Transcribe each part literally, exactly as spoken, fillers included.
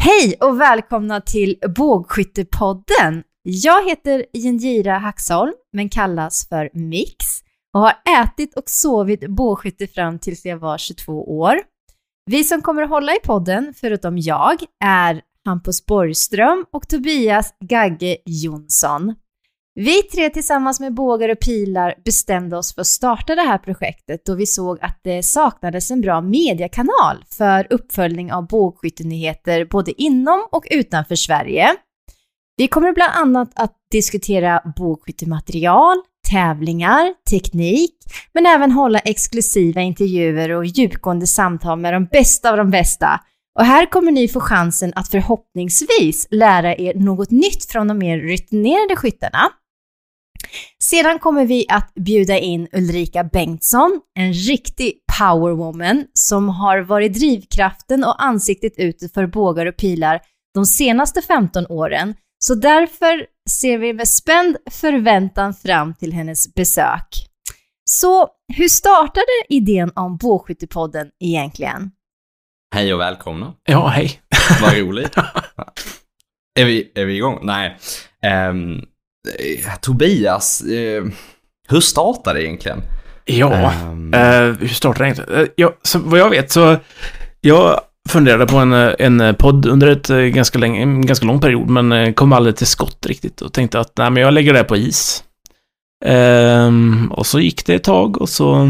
Hej och välkomna till Bågskyttepodden. Jag heter Jenjira Haxholm men kallas för Mix och har ätit och sovit bågskytte fram tills jag var tjugotvå år. Vi som kommer att hålla i podden, förutom jag, är Hampus Borgström och Tobias Gagge Jonsson. Vi tre tillsammans med bågar och pilar bestämde oss för att starta det här projektet då vi såg att det saknades en bra mediekanal för uppföljning av bågskyttenyheter både inom och utanför Sverige. Vi kommer bland annat att diskutera bågskyttematerial, tävlingar, teknik, men även hålla exklusiva intervjuer och djupgående samtal med de bästa av de bästa. Och här kommer ni få chansen att förhoppningsvis lära er något nytt från de mer rutinerade skyttarna. Sedan kommer vi att bjuda in Ulrika Bengtsson, en riktig powerwoman som har varit drivkraften och ansiktet ute för bågar och pilar de senaste femton åren. Så därför ser vi med spänd förväntan fram till hennes besök. Så hur startade idén om Bågskyttepodden egentligen? Hej och välkomna. Ja, hej. Vad roligt. är, vi, är vi igång? Nej. Um, Tobias, uh, hur startade det egentligen? Ja, um, uh, hur startade det egentligen? Uh, ja, så vad jag vet så jag funderade på en, en podd under ett uh, ganska, länge, en ganska lång period men uh, kom aldrig till skott riktigt och tänkte att nej, men jag lägger det på is. Um, och så gick det ett tag och så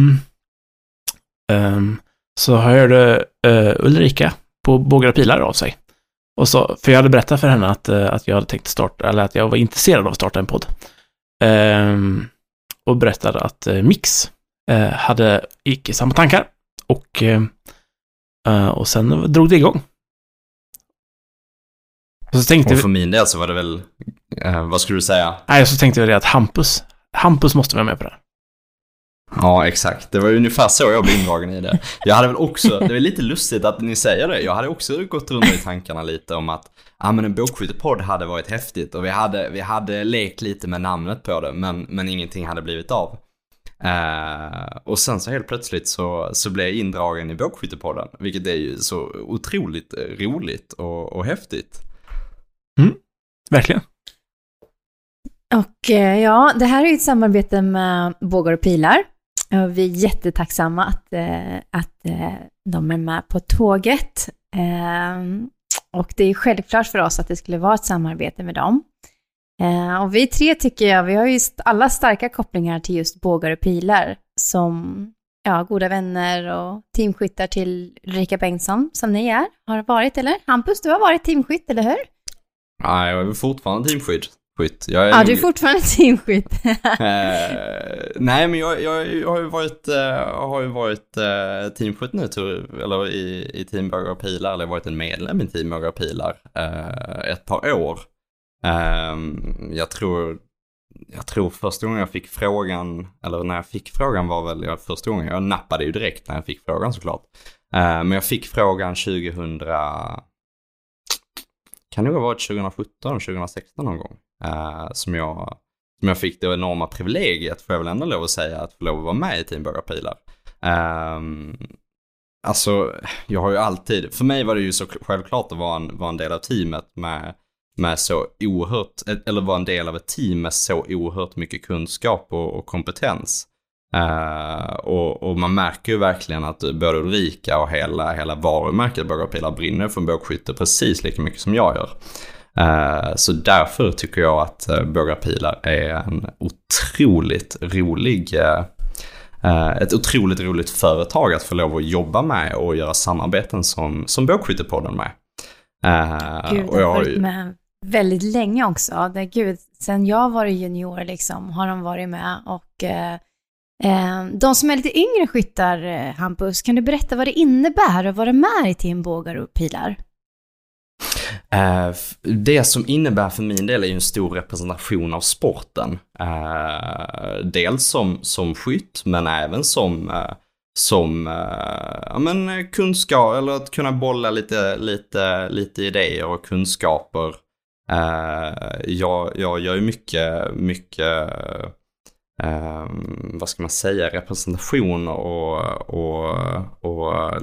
um, så hörde uh, Ulrika på bågar och pilar av sig. Och så, för jag hade berättat för henne att, uh, att jag hade tänkt starta, eller att jag var intresserad av att starta en podd. Um, och berättade att uh, Mix uh, hade icke samma tankar. Och, uh, uh, och sen drog det igång. Och, så tänkte och för min del så var det väl, uh, vad skulle du säga? Nej, så tänkte jag det att Hampus, Hampus måste vara med på det. Ja, exakt. Det var ungefär så jag blev indragen i det. Jag hade väl också, det är lite lustigt att ni säger det. Jag hade också gått runt i tankarna lite om att ja, men en bågskyttepodd hade varit häftigt. Och vi hade, vi hade lekt lite med namnet på det, men, men ingenting hade blivit av. Uh, och sen så helt plötsligt så, så blev jag indragen i bågskyttepodden. Vilket är ju så otroligt roligt och, och häftigt. Mm, verkligen. Och eh, ja, det här är ju ett samarbete med bågar och pilar. Och vi är jättetacksamma att, eh, att eh, de är med på tåget. Eh, och det är självklart för oss att det skulle vara ett samarbete med dem. Eh, och vi tre tycker jag, vi har ju alla starka kopplingar till just bågar och pilar. Som ja, goda vänner och teamskyttar till Ulrika Bengtsson som ni är. Har varit, eller? Hampus, du har varit teamskytt, eller hur? Nej, jag är fortfarande teamskytt. Jag är ja, du är fortfarande teamskytt. uh, nej, men jag, jag, jag har ju varit, uh, har ju varit uh, teamskytt nu till, eller i, i Team Bågar och Pilar, eller varit en medlem i Team Bågar och Pilar uh, ett par år. Uh, jag tror jag tror första gången jag fick frågan, eller när jag fick frågan var väl jag, första gången, jag nappade ju direkt när jag fick frågan såklart. Uh, men jag fick frågan tjugohundra, kan det ha varit tjugosjutton, tjugosexton någon gång. Uh, som, jag, som jag fick det enorma privilegiet, får jag väl ändå lov att säga, att få lov att vara med i Team Bågar och Pilar. Uh, alltså, jag har ju alltid, för mig var det ju så självklart att vara en, vara en del av teamet med, med så oerhört, eller vara en del av ett team med så oerhört mycket kunskap och, och kompetens. Uh, och, och man märker ju verkligen att både Ulrika och hela, hela varumärket Bågar och Pilar brinner för bågskytte precis lika mycket som jag gör. Uh, så därför tycker jag att uh, Bågar och Pilar är en otroligt rolig uh, uh, ett otroligt roligt företag att få lov att jobba med och göra samarbeten som, som Bågskyttepodden med. Uh, Gud, och jag har varit ju... med väldigt länge också. Det, gud, sen jag var junior liksom, har de varit med. Och uh, uh, de som är lite yngre skyttar, uh, Hampus, kan du berätta vad det innebär att vara med i Team Bågar och Pilar? Uh, det som innebär för min del är ju en stor representation av sporten. Uh, dels som, som skytt, men även som, uh, som uh, ja, men kunskap, eller att kunna bolla lite, lite, lite idéer och kunskaper. Uh, jag, jag gör ju mycket, mycket um, vad ska man säga, representation och, och, och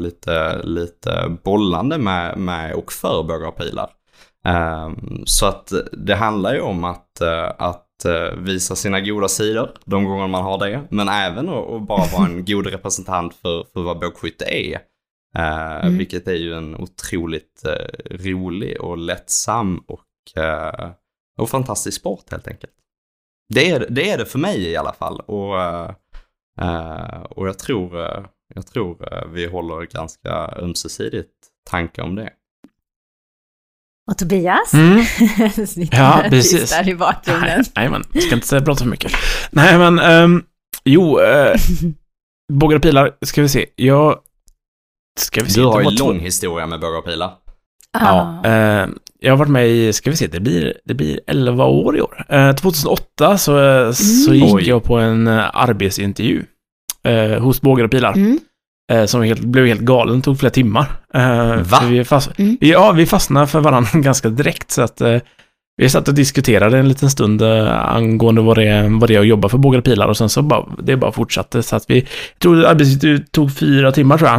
lite, lite bollande med, med och för bågar och pilar. Um, så att det handlar ju om att, uh, att uh, visa sina goda sidor de gånger man har det. Men även att, att bara vara en god representant för, för vad bågskytte är. Uh, mm. Vilket är ju en otroligt uh, rolig och lättsam och, uh, och fantastisk sport helt enkelt. Det är det, är det för mig i alla fall. Och, uh, uh, och jag tror, uh, jag tror uh, vi håller ganska ömsesidigt tankar om det. Och Tobias, mm. ja, precis där i bakgrunden. Nej, men jag ska inte säga prata för mycket. Nej, men um, jo, uh, bågar och pilar, ska vi se. Jag ska vi se. Du har ju lång historia med bågar och pilar. Ah. Ja, uh, jag har varit med i, ska vi se, det blir det blir elva år i år. Uh, tjugohundraåtta så mm. så gick Oj. jag på en uh, arbetsintervju uh, hos bågar och pilar. Mm. Som helt, blev helt galen, tog flera timmar. Uh, Va? Vi fast, mm. Ja, vi fastnade för varandra ganska direkt. Så att uh, vi satt och diskuterade en liten stund uh, angående vad det, är, vad det är att jobba för bågar och pilar. Och sen så bara, det bara fortsatte. Så att vi, jag tror arbetsintervjun tog fyra timmar tror jag.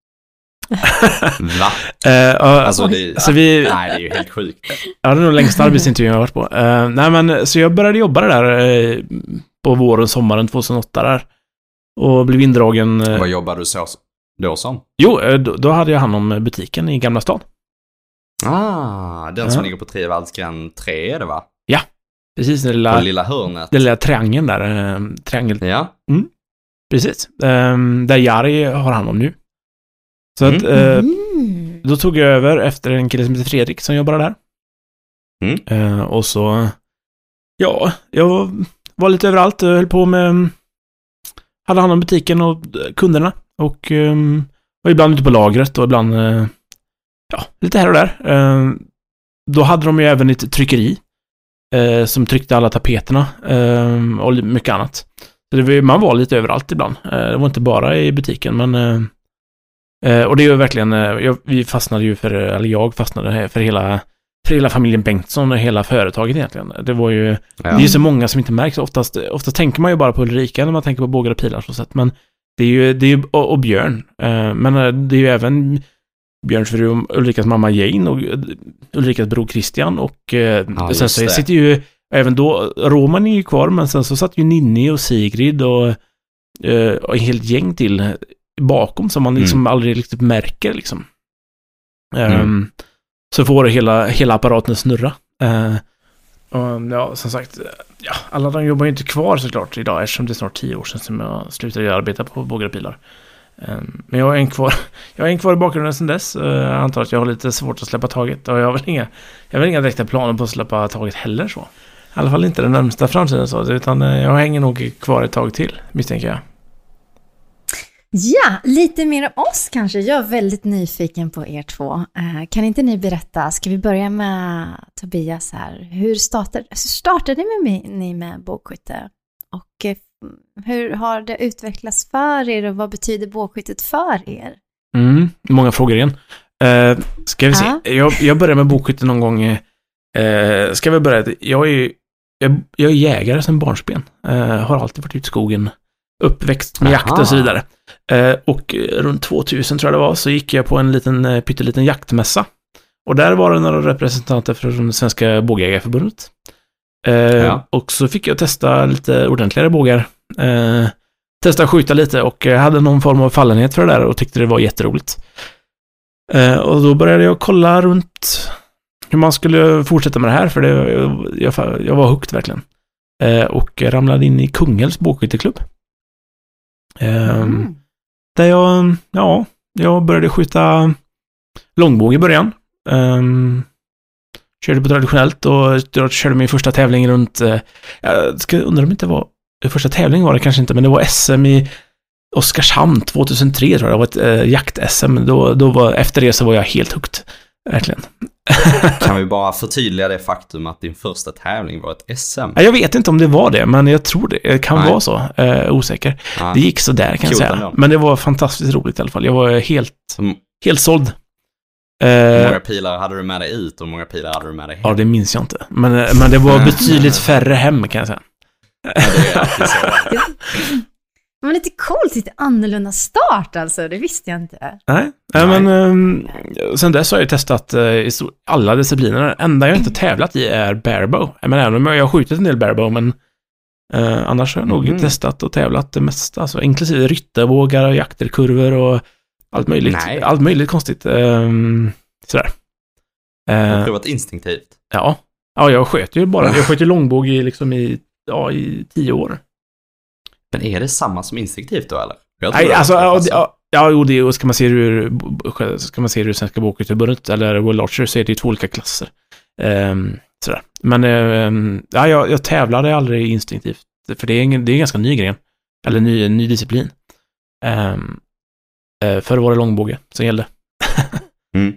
Va? Uh, uh, alltså det, så vi, nej, det är ju helt sjukt. Ja, det är nog längsta arbetsintervjun jag har varit på. Uh, nej, men så jag började jobba där uh, på våren, sommaren tjugohundraåtta där. Och blev indragen. Uh, vad jobbar du så då som? Jo, då, då hade jag hand om butiken i Gamla stan. Ah, den som ja. ligger på Trevaldsgränd tre är det va? Ja, precis. Det lilla, på lilla hörnet. Den lilla triangeln där. Uh, triangel. Ja. Mm, precis. Um, där Jari har hand om nu. Så att, mm. uh, då tog jag över efter en kille som heter Fredrik som jobbar där. Mm. Uh, och så, ja, jag var lite överallt och höll på med, hade hand om butiken och kunderna. Och um, var ibland ute på lagret och ibland, uh, ja, lite här och där. Uh, då hade de ju även ett tryckeri uh, som tryckte alla tapeterna uh, och mycket annat. Så det var, man var lite överallt ibland. Uh, det var inte bara i butiken, men... Uh, Uh, och det är ju verkligen, uh, jag, vi fastnade ju för, eller jag fastnade för hela, för hela familjen Bengtsson och hela företaget egentligen. Det var ju, ja. Det är ju så många som inte märks. Oftast, oftast tänker man ju bara på Ulrika när man tänker på bågar och pilar så sätt, men det är ju, det är ju och, och Björn. Uh, men uh, det är ju även Björns fru, Ulrikas mamma Jane och uh, Ulrikas bror Christian och uh, ja, sen så sitter ju, även då, Roman är ju kvar, men sen så satt ju Ninni och Sigrid och, uh, och en helt gäng till bakom som man liksom mm. aldrig riktigt märker liksom. Mm. Um, så får hela, hela apparaten snurra. Uh, och, ja, som sagt, ja, alla de jobbar ju inte kvar såklart idag eftersom det är snart tio år sedan som jag slutade arbeta på bågar och pilar. Um, men jag är en kvar, jag är en kvar i bakgrunden sedan dess. Uh, jag antar att jag har lite svårt att släppa taget och jag har väl inga, jag har väl inga direkta planer på att släppa taget heller så. I alla fall inte den närmsta framtiden så, utan uh, jag hänger nog kvar ett tag till, misstänker jag. Ja, lite mer om oss kanske. Jag är väldigt nyfiken på er två. Eh, kan inte ni berätta, ska vi börja med Tobias här. Hur startade, startade ni, ni med bågskytte? Och eh, hur har det utvecklats för er och vad betyder bågskyttet för er? Mm, många frågor igen. Eh, ska vi se. Ja. Jag, jag började med bågskytte någon gång. Eh, ska vi börja? Jag är, jag, jag är jägare sedan barnsben. Eh, har alltid varit ute i skogen. Uppväxt med Aha. jakt och så vidare. Eh, och runt tvåtusen tror jag det var så gick jag på en liten pytteliten jaktmässa. Och där var det några representanter från Svenska bågjägarförbundet. Eh, ja. Och så fick jag testa lite ordentligare bågar. Eh, testa att skjuta lite och jag hade någon form av fallenhet för det där och tyckte det var jätteroligt. Eh, och då började jag kolla runt hur man skulle fortsätta med det här för det, jag, jag, jag var hooked verkligen. Eh, och ramlade in i Kungälvs bågskytteklubb. Mm. Um, där jag, ja, jag började skjuta långbåge i början. Um, körde på traditionellt och jag körde min första tävling runt, uh, jag ska undra om det inte var, första tävling var det kanske inte, men det var S M i Oskarshamn tjugohundratre tror jag, det var ett uh, jakt-S M. Då, då var, efter det så var jag helt hooked. Verkligen. Kan vi bara förtydliga det faktum att din första tävling var ett S M? Jag vet inte om det var det, men jag tror det kan Nej. vara så. Uh, osäker. Nej. Det gick så där kan jag säga. Ändå. Men det var fantastiskt roligt i alla fall. Jag var helt, mm. helt såld. Hur många pilar hade du med dig ut och hur många pilar hade du med dig hem? Ja, det minns jag inte. Men, men det var betydligt färre hem kan jag säga. Ja, det är alltid så. Men lite coolt, lite annorlunda start alltså, det visste jag inte. Nej, Nej. men um, sen dess har jag testat uh, i stor- alla discipliner. Enda jag inte tävlat i är barebow. Jag menar, även om jag har skjutit en del barebow, men uh, annars har jag nog mm. testat och tävlat det mesta. Alltså, inklusive rytterbågar och jakterkurvor och allt möjligt. Nej. Allt möjligt konstigt. Um, sådär. Uh, jag har provat instinktivt. Ja. Ja, jag sköt ju bara. Jag sköt ju långbåg i, liksom i, ja, i tio år. Men är det samma som instinktivt då, eller? Nej, alltså, ja, ja, ja, jo, det är, ska man se hur ska man se hur Svenska Bågskytteförbundet eller World Archer, så är det ju två olika klasser. Um, sådär. Men um, ja, jag, jag tävlade aldrig instinktivt, för det är en, det är en ganska ny gren. Eller ny, ny disciplin. Um, uh, förr var det långbåge som gällde. mm.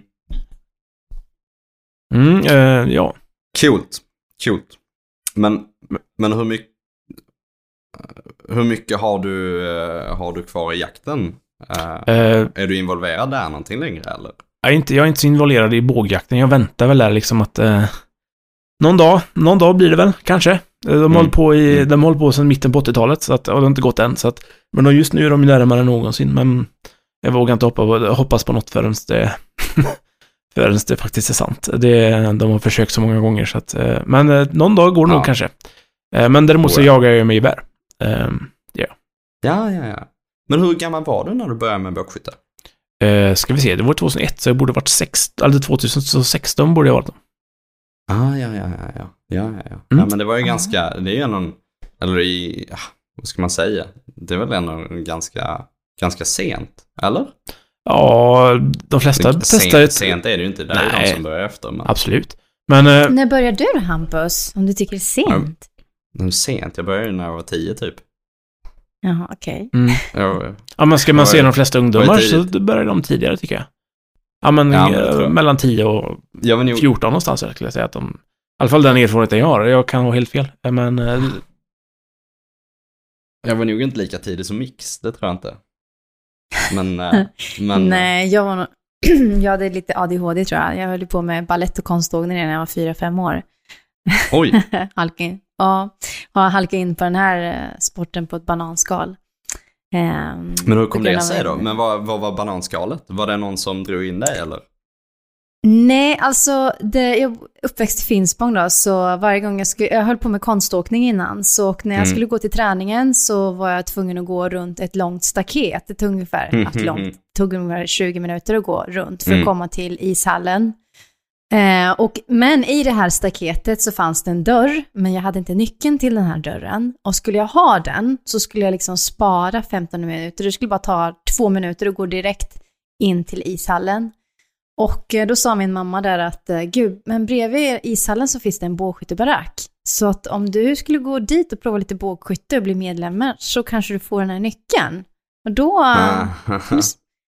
Mm, uh, ja. Coolt. Coolt. Men, men hur mycket hur mycket har du, har du kvar i jakten? Uh, uh, är du involverad där någonting längre, eller? Jag är inte, jag är inte så involverad i bågjakten. Jag väntar väl där liksom att uh, någon dag, någon dag blir det väl, kanske. De mm. håller på i, mm. de håller på sedan mitten på åttiotalet, så att, och det har inte gått än. Så att, men just nu är de närmare än någonsin, men jag vågar inte hoppa, hoppas på något förrän det förrän det faktiskt är sant. Det, de har försökt så många gånger, så att, uh, men uh, någon dag går det ja. nog kanske. Uh, men däremot så jagar jag mig i bär. Um, yeah. Ja, ja, ja. Men hur gammal var du när du började med bågskytte? Uh, ska vi se, det var tjugohundraett, så jag borde varit sexton, eller tjugohundrasexton borde jag varit. Ah, ja, ja, ja, ja. Ja, ja, ja. Mm. Ja, men det var ju ganska, det är ju någon, eller i, ja, vad ska man säga? Det är väl ändå ganska, ganska sent, eller? Ja, de flesta det, testar... Sent, sent är det ju inte, det är de som börjar efter. Men... Absolut. Men, uh... när börjar du, Hampus? Om du tycker det är sent? Det är sent, jag började när jag var tio typ. Jaha, okej. Okay. Mm. Ja, ja, men ska man se de flesta ungdomar så börjar de tidigare, tycker jag. Ja, men, ja, men äh, mellan tio och nog... fjorton någonstans, skulle jag säga att de... I alla fall den erfarenheten jag har. Jag kan ha helt fel. Men... Äh... Jag var nog inte lika tidig som Mix, det tror jag inte. Men... äh, men... Nej, jag var nog... jag hade lite A D H D, tror jag. Jag höll på med ballett och konståkning när jag var fyra, fem år. Oj! Halking. Ja, och halka in på den här sporten på ett bananskal. Um, men hur kom det sig då? Men vad, vad var bananskalet? Var det någon som drog in dig, eller? Nej, alltså det, jag uppväxt i Finspång då, så varje gång jag skulle, jag höll på med konståkning innan, så när jag mm. skulle gå till träningen så var jag tvungen att gå runt ett långt staket. Det tog ungefär, mm. att långt, tog ungefär tjugo minuter att gå runt för mm. att komma till ishallen. Eh, och, men i det här staketet så fanns det en dörr, men jag hade inte nyckeln till den här dörren. Och skulle jag ha den så skulle jag liksom spara femton minuter. Det skulle bara ta två minuter och gå direkt in till ishallen. Och eh, då sa min mamma där att eh, gud, men bredvid ishallen så finns det en bågskyttebarack. Så att om du skulle gå dit och prova lite bågskytte och bli medlem så kanske du får den här nyckeln. Och då... Eh,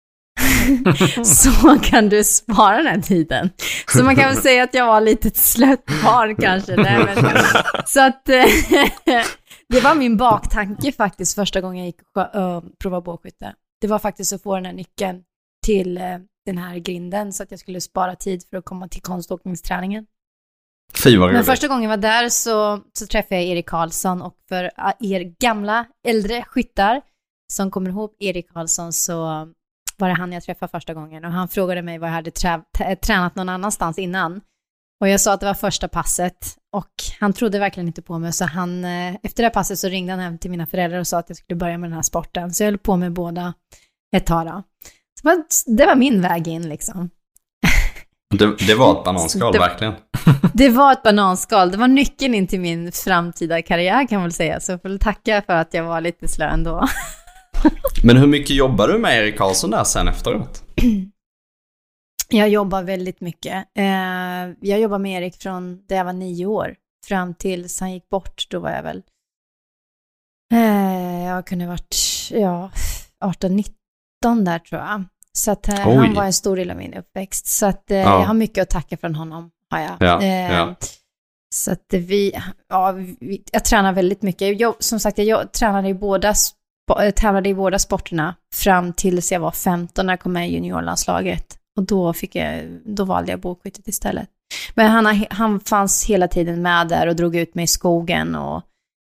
så kan du spara den här tiden. Så man kan väl säga att jag var lite ett slött barn kanske. Nej, men, så att det var min baktanke faktiskt första gången jag gick och uh, provade bågskytte. Det var faktiskt att få den här nyckeln till uh, den här grinden så att jag skulle spara tid för att komma till konståkningsträningen. Men första gången jag var där så, så träffade jag Erik Karlsson, och för uh, er gamla äldre skyttar som kommer ihåg Erik Karlsson så var det han jag träffade första gången, och han frågade mig vad jag hade trä- t- tränat någon annanstans innan. Och jag sa att det var första passet, och han trodde verkligen inte på mig, så han, efter det här passet så ringde han hem till mina föräldrar och sa att jag skulle börja med den här sporten. Så jag höll på med båda ett tag då. Så det var min väg in liksom. Det, det var ett bananskal, det, verkligen. Det var ett bananskal. Det var nyckeln in till min framtida karriär, kan man väl säga. Så jag får tacka för att jag var lite slö ändå. Men hur mycket jobbar du med Erik Karlsson där sen efteråt? Jag jobbar väldigt mycket. Jag jobbar med Erik från där jag var nio år fram tills han gick bort. Då var jag väl... Jag kunde varit ja, arton nitton där, tror jag. Så att han var en stor del av min uppväxt. Så att ja. Jag har mycket att tacka från honom, har jag. Ja, ja. Så att vi... Ja, vi, jag tränar väldigt mycket. Jag, som sagt, jag tränade i båda tävlade i båda sporterna fram tills jag var femton när jag kom med i juniorlandslaget. Och då, fick jag, då valde jag bågskyttet istället. Men han, han fanns hela tiden med där och drog ut mig i skogen. Och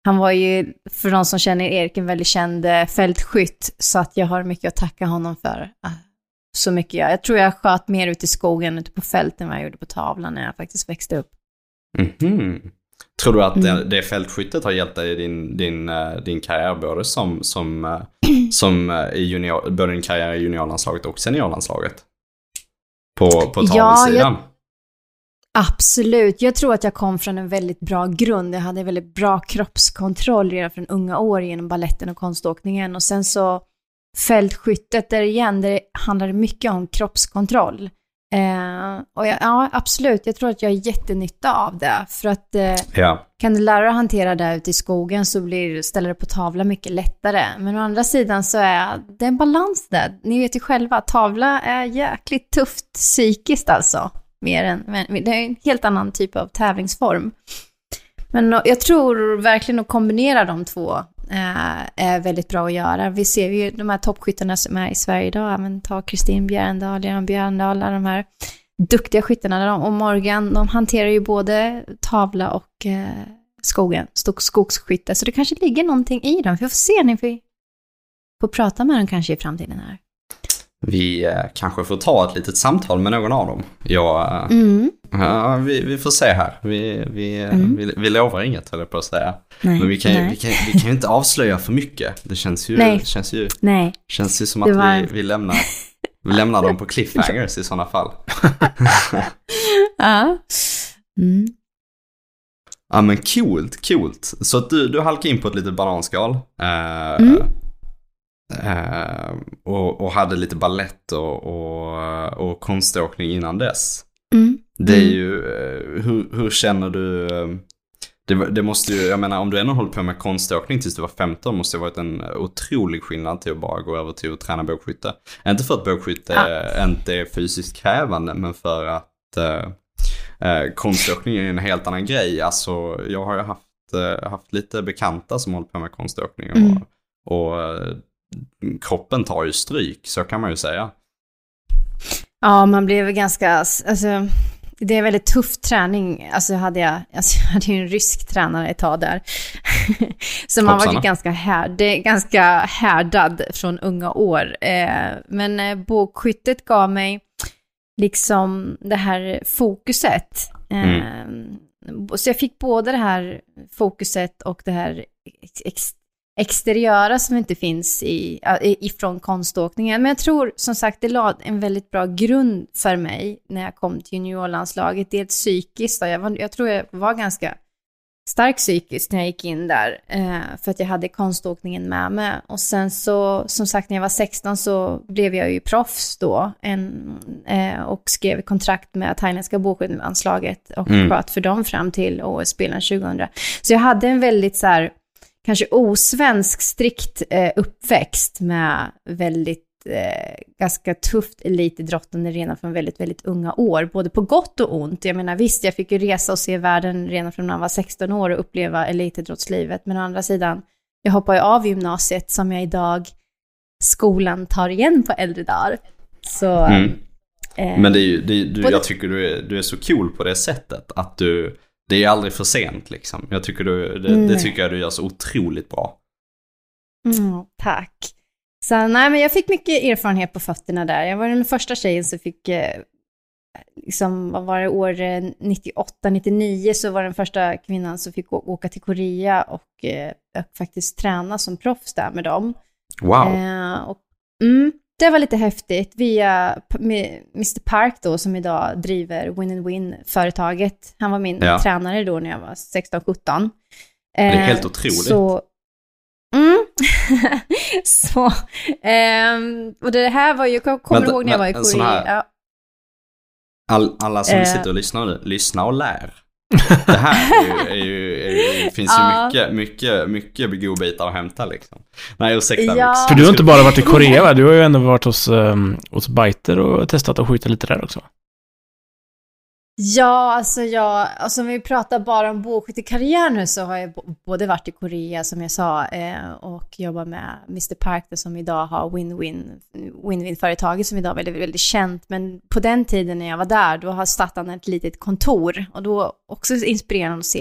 Han var ju, för de som känner Erik, en väldigt känd fältskytt, så att jag har mycket att tacka honom för. Så mycket jag. Jag tror jag sköt mer ute i skogen, ute på fälten, än vad jag gjorde på tavlan när jag faktiskt växte upp. Mm-hmm. Tror du att Mm. det, det fältskyttet har hjälpt dig i din, din, din karriär, både som, som, som i junior, både din karriär i juniorlandslaget och seniorlandslaget? På, på tavelsidan? Ja, absolut. Jag tror att jag kom från en väldigt bra grund. Jag hade väldigt bra kroppskontroll redan från unga år genom balletten och konståkningen. Och sen så fältskyttet där igen, det handlar mycket om kroppskontroll. Eh, och jag, ja, absolut. Jag tror att jag har jättenytta av det. För att eh, Ja. kan du lära dig att hantera det ute i skogen så blir ställa det på tavla mycket lättare. Men å andra sidan så är det en balans där. Ni vet ju själva, tavla är jäkligt tufft psykiskt alltså. Mer än, men det är en helt annan typ av tävlingsform. Men jag tror verkligen att kombinera de två eh, är väldigt bra att göra. Vi ser ju de här toppskyttarna som är i Sverige idag. Men ta Kristin Bjärndal, Jan Bjärndal, de här duktiga skyttarna och Morgan. De hanterar ju både tavla och eh, skogen, skogsskytte. Så det kanske ligger någonting i dem. Vi får se när vi får prata med dem kanske i framtiden här. Vi eh, kanske får ta ett litet samtal med någon av dem. Jag, eh, Mm. ja, vi, vi får se här. Vi, vi, Mm. vi, vi lovar inget, höll jag på att säga. Nej, Men vi kan, ju, nej. vi, kan, vi kan ju inte avslöja för mycket. Det känns ju, Nej. känns ju, Nej. känns ju som Det att var- vi, vi, lämnar, vi lämnar dem på cliffhangers i sådana fall. Ja. Mm. Ja, men coolt, coolt. Så att du, du halkade in på ett litet bananskal. Eh, Mm. eh, och, och hade lite ballett och, och, och konståkning innan dess. Mm. Det är Mm. ju, eh, hur, hur känner du, eh, det, det måste ju, jag menar om du ännu hållit på med konståkning tills du var femton måste det ha varit en otrolig skillnad till att bara gå över till att träna bågskytte. Inte för att bågskytte Ja. inte är fysiskt krävande, men för att eh, eh, konståkning är en helt annan grej. Alltså jag har ju haft, eh, haft lite bekanta som hållit på med konståkning och, Mm. och eh, kroppen tar ju stryk, så kan man ju säga. Ja, man blev ganska, alltså, det är väldigt tuff träning. Alltså hade jag, alltså, jag hade ju en rysk tränare ett tag där. Så man var Hoppsarna. ju ganska, här, det är ganska härdad från unga år. Eh, men eh, bågskyttet gav mig liksom det här fokuset. Eh, Så jag fick både det här fokuset och det här ex- exteriöra som inte finns i, ifrån konståkningen. Men jag tror som sagt det la en väldigt bra grund för mig när jag kom till juniorlandslaget. Dels psykiskt. Jag, var, jag tror jag var ganska stark psykiskt när jag gick in där. Eh, för att jag hade konståkningen med mig. Och sen så, som sagt när jag var sexton så blev jag ju proffs då. En, eh, och skrev kontrakt med thailändska bågskyttelandslaget. Och Mm. sköt för dem fram till O S-spelen tjugohundra. Så jag hade en väldigt så här kanske osvensk strikt eh, uppväxt med väldigt eh, ganska tufft elitidrottande redan från väldigt, väldigt unga år. Både på gott och ont. Jag menar visst, jag fick ju resa och se världen redan från när jag var sexton år och uppleva elitidrottslivet. Men å andra sidan, jag hoppade ju av gymnasiet som jag idag skolan tar igen på äldre dagar. Så, Mm. eh, Men det är ju, det är, du, både- jag tycker du är, du är så cool på det sättet att du, det är aldrig för sent liksom. Jag tycker du, det, det Nej. tycker jag du gör så otroligt bra. Mm, tack. Så nej, men jag fick mycket erfarenhet på fötterna där. Jag var den första tjejen som fick, eh, liksom, vad var det, år eh, nittioåtta nittionio så var den första kvinnan som fick å- åka till Korea och, eh, och faktiskt träna som proffs där med dem. Wow. Eh, och, mm, det var lite häftigt via P- med mister Park då som idag driver Win and Win-företaget. Han var min Ja. tränare då när jag var sexton sjutton. Det är Eh, helt otroligt. Så, mm. så ehm, och det här var ju, jag kommer Vänta, ihåg när jag var i men en sån Korea. här- Ja, All, alla som Eh. sitter och lyssnar nu, lyssna och lär. Det här är ju, är ju, är ju, finns ju Ja. mycket, mycket, mycket godbitar att hämta liksom. Nej, ursäkta Ja. Mix. För du har inte bara varit i Korea, va? Du har ju ändå varit hos, um, hos Biter och testat att skjuta lite där också. ja, alltså jag, alltså om vi pratar bara om bågskyttekarriär nu så har jag b- både varit i Korea som jag sa eh, och jobbat med mister Park där, som idag har Win-Win, Win-Win-företaget som idag är väldigt, väldigt känt. Men på den tiden när jag var där, då har startat ett litet kontor och då också inspirerande att se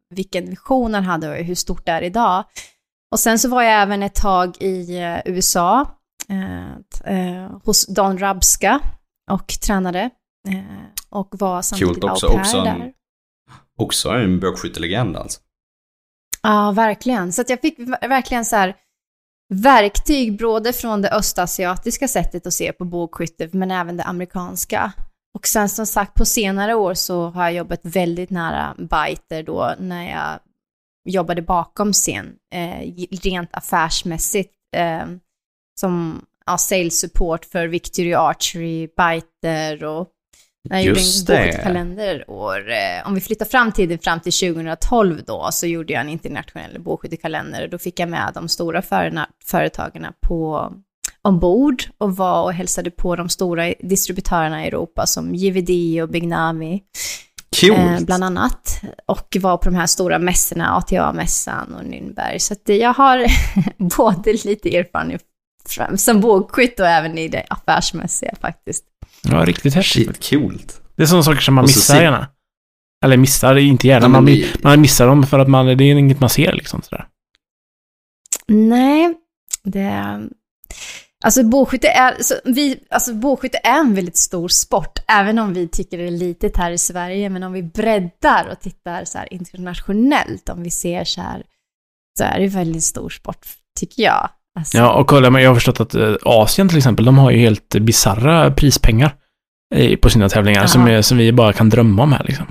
vilken vision han hade och hur stort det är idag. Och sen så var jag även ett tag i uh, U S A uh, uh, hos Don Rabska och tränade uh, och var samtidigt också, au pair också där. En, också en bågskyttelegend alltså. Ja, verkligen. Så att jag fick verkligen så här verktyg både från det östasiatiska sättet att se på bågskytte men även det amerikanska. Och sen som sagt på senare år så har jag jobbat väldigt nära Biter då när jag jobbade bakom scen eh, rent affärsmässigt eh, som ja, sales support för Victory Archery, Biter och när jag Just gjorde en det. kalender år. Eh, om vi flyttar fram tiden fram till tjugohundratolv då så gjorde jag en internationell bågskyttekalender. Då fick jag med de stora förna, företagen på ombord och var och hälsade på de stora distributörerna i Europa som J V D och Big Nami. Eh, bland annat. Och var på de här stora mässorna, A T A-mässan och Nürnberg. Så att jag har både lite erfarenhet som bågskytt och även i det affärsmässiga faktiskt. Ja, riktigt häftigt. Shit, coolt. Det är sådana saker som man Och så missar se- gärna. Eller missar inte gärna. Nej, men man, vi- man missar dem för att man, det är inget man ser liksom sådär. Nej, det... Alltså bågskytte är, så vi, alltså bågskytte är en väldigt stor sport, även om vi tycker det är litet här i Sverige, men om vi breddar och tittar så här internationellt, om vi ser så här, så är det väldigt stor sport, tycker jag. Alltså, Ja, och kolla, men jag har förstått att eh, Asien till exempel, de har ju helt bizarra prispengar eh, på sina tävlingar som, är, som vi bara kan drömma om här liksom.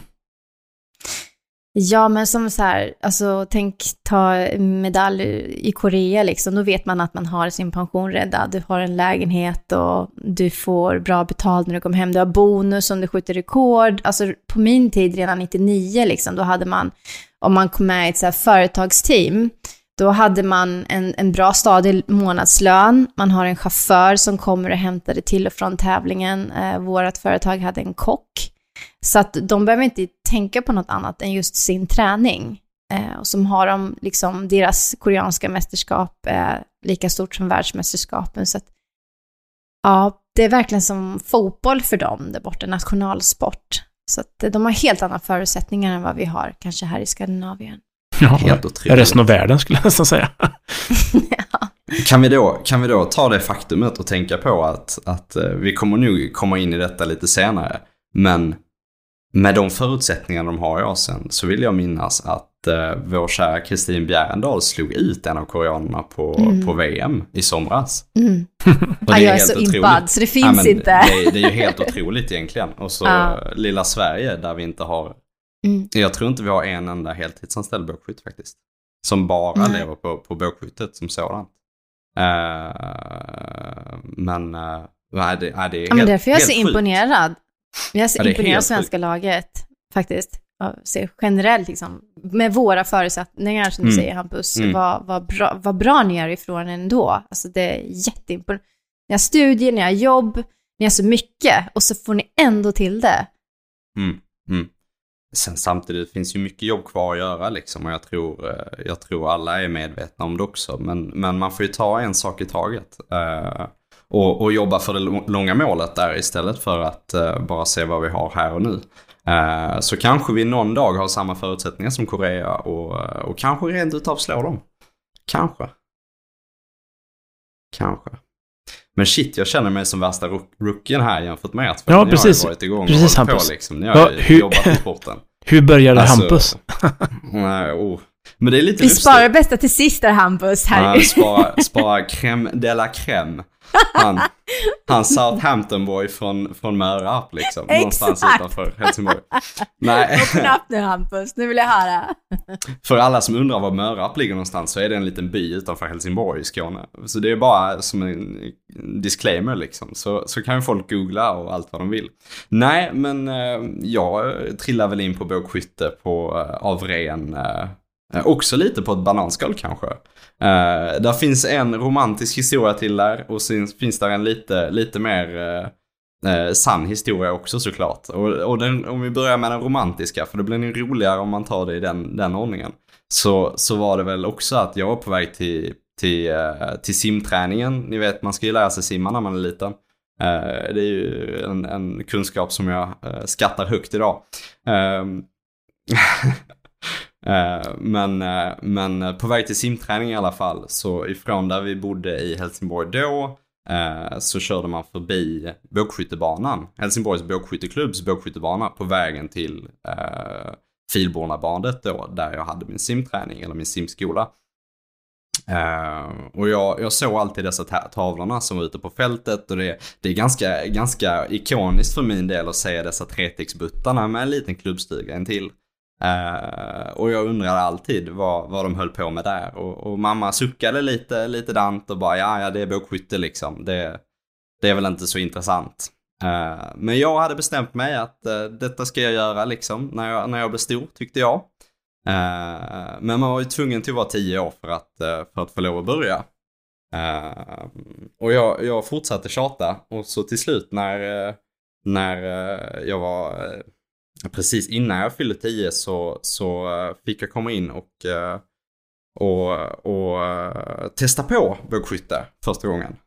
Ja, men som så här, alltså tänk ta medalj i Korea liksom, då vet man att man har sin pension räddad. Du har en lägenhet och du får bra betalt när du kommer hem. Du har bonus om du skjuter rekord. Alltså på min tid, redan nittionio liksom, då hade man, om man kom med i ett så här företagsteam, då hade man en, en bra stadig månadslön. Man har en chaufför som kommer och hämtar det till och från tävlingen. Eh, vårat företag hade en kock. Så att de behöver inte tänka på något annat än just sin träning. Eh, och som har de, liksom, deras koreanska mästerskap eh, lika stort som världsmästerskapen. Så att, ja, det är verkligen som fotboll för dem där borta, nationalsport. Så att eh, de har helt andra förutsättningar än vad vi har, kanske här i Skandinavien. Ja, Helt otroligt. resten av världen skulle jag nästan säga. Ja. Kan vi, då, kan vi då ta det faktumet och tänka på att, att eh, vi kommer nog komma in i detta lite senare. Men med de förutsättningar de har i Asien så vill jag minnas att eh, vår kära Kristin Bjärendal slog ut en av koreanerna på, Mm. på V M i somras. Mm. Och Ja, det jag är helt så otroligt. impad, så det finns Ja, men inte. Det, det är ju helt otroligt egentligen. Och så Ja. eh, lilla Sverige där vi inte har... Mm. Jag tror inte vi har en enda heltidsanställd bågskytt faktiskt. Som bara Nej. lever på, på bågskyttet som sådant. Uh, men uh, nej, det, nej, det är helt, Ja, men därför är jag helt så sjukt. imponerad. Jag är så Ja, det är imponerad av helt svenska laget, faktiskt. Ja, så generellt, liksom, med våra förutsättningar, som du Mm. säger, Hampus. Mm. Vad, vad, bra, vad bra ni gör ifrån ändå. Alltså, det är jätteimponerande. Ni har studier, ni har jobb, ni har så mycket. Och så får ni ändå till det. Mm, mm. Sen samtidigt finns ju mycket jobb kvar att göra liksom, och jag tror, eh, jag tror alla är medvetna om det också. Men, men man får ju ta en sak i taget. Uh, och, och jobba för det långa målet där istället för att uh, bara se vad vi har här och nu. Uh, så kanske vi någon dag har samma förutsättningar som Korea och, och kanske rent utav slå dem. Kanske. Kanske. Men shit, jag känner mig som värsta rookien här jämfört med att Ja, ni precis. har ju varit igång Precis, och hållit Hampus. på liksom. Ni har Ja, ju hur- jobbat i sporten. Hur började Alltså, Hampus? Nej, oh. Men det är lite Vi lustigt. sparar det bästa till sist där, Hampus. Här. Ja, spara, spara crème de la crème. Han, han Southampton-boy från, från Mörarp liksom. Någonstans Exakt. utanför Helsingborg. Nej, Öppna upp nu, Hampus. Nu vill jag höra. för alla som undrar var Mörarp ligger någonstans så är det en liten by utanför Helsingborg i Skåne. Så det är bara som en disclaimer liksom. Så, så kan ju folk googla och allt vad de vill. Nej, men eh, jag trillar väl in på bågskytte på, eh, av ren... Eh, också lite på ett bananskal kanske. Uh, där finns en romantisk historia till där. Och sen finns där en lite, lite mer uh, uh, sann historia också såklart. Och, och den, om vi börjar med den romantiska, för det blir nog roligare om man tar det i den, den ordningen. Så, så var det väl också att jag var på väg till, till, uh, till simträningen. Ni vet, man ska ju lära sig simma när man är liten. Uh, det är ju en, en kunskap som jag uh, skattar högt idag. Uh, Uh, men, uh, men på väg till simträning i alla fall, så ifrån där vi bodde i Helsingborg då, uh, så körde man förbi bågskyttebanan, Helsingborgs bågskytteklubbs bågskyttebana, på vägen till uh, Filbornabandet då, där jag hade min simträning eller min simskola. Uh, och jag, jag såg alltid dessa ta- tavlorna som var ute på fältet, och det, det är ganska, ganska ikoniskt för min del att se dessa tretäcksbuttarna med en liten klubbstuga en till. Uh, och jag undrade alltid vad, vad de höll på med där, och, och mamma suckade lite, lite dant och bara ja, ja det är bågskytte liksom, det, det är väl inte så intressant. Uh, men jag hade bestämt mig att uh, detta ska jag göra liksom när jag, när jag blev stor, tyckte jag. Uh, men man var ju tvungen till att vara tio år för att, uh, för att få lov att börja. Uh, och jag, jag fortsatte tjata, och så till slut när, uh, när uh, jag var uh, precis innan jag fyllde tio, så, så uh, fick jag komma in och, uh, och, och uh, testa på bågskytte första gången.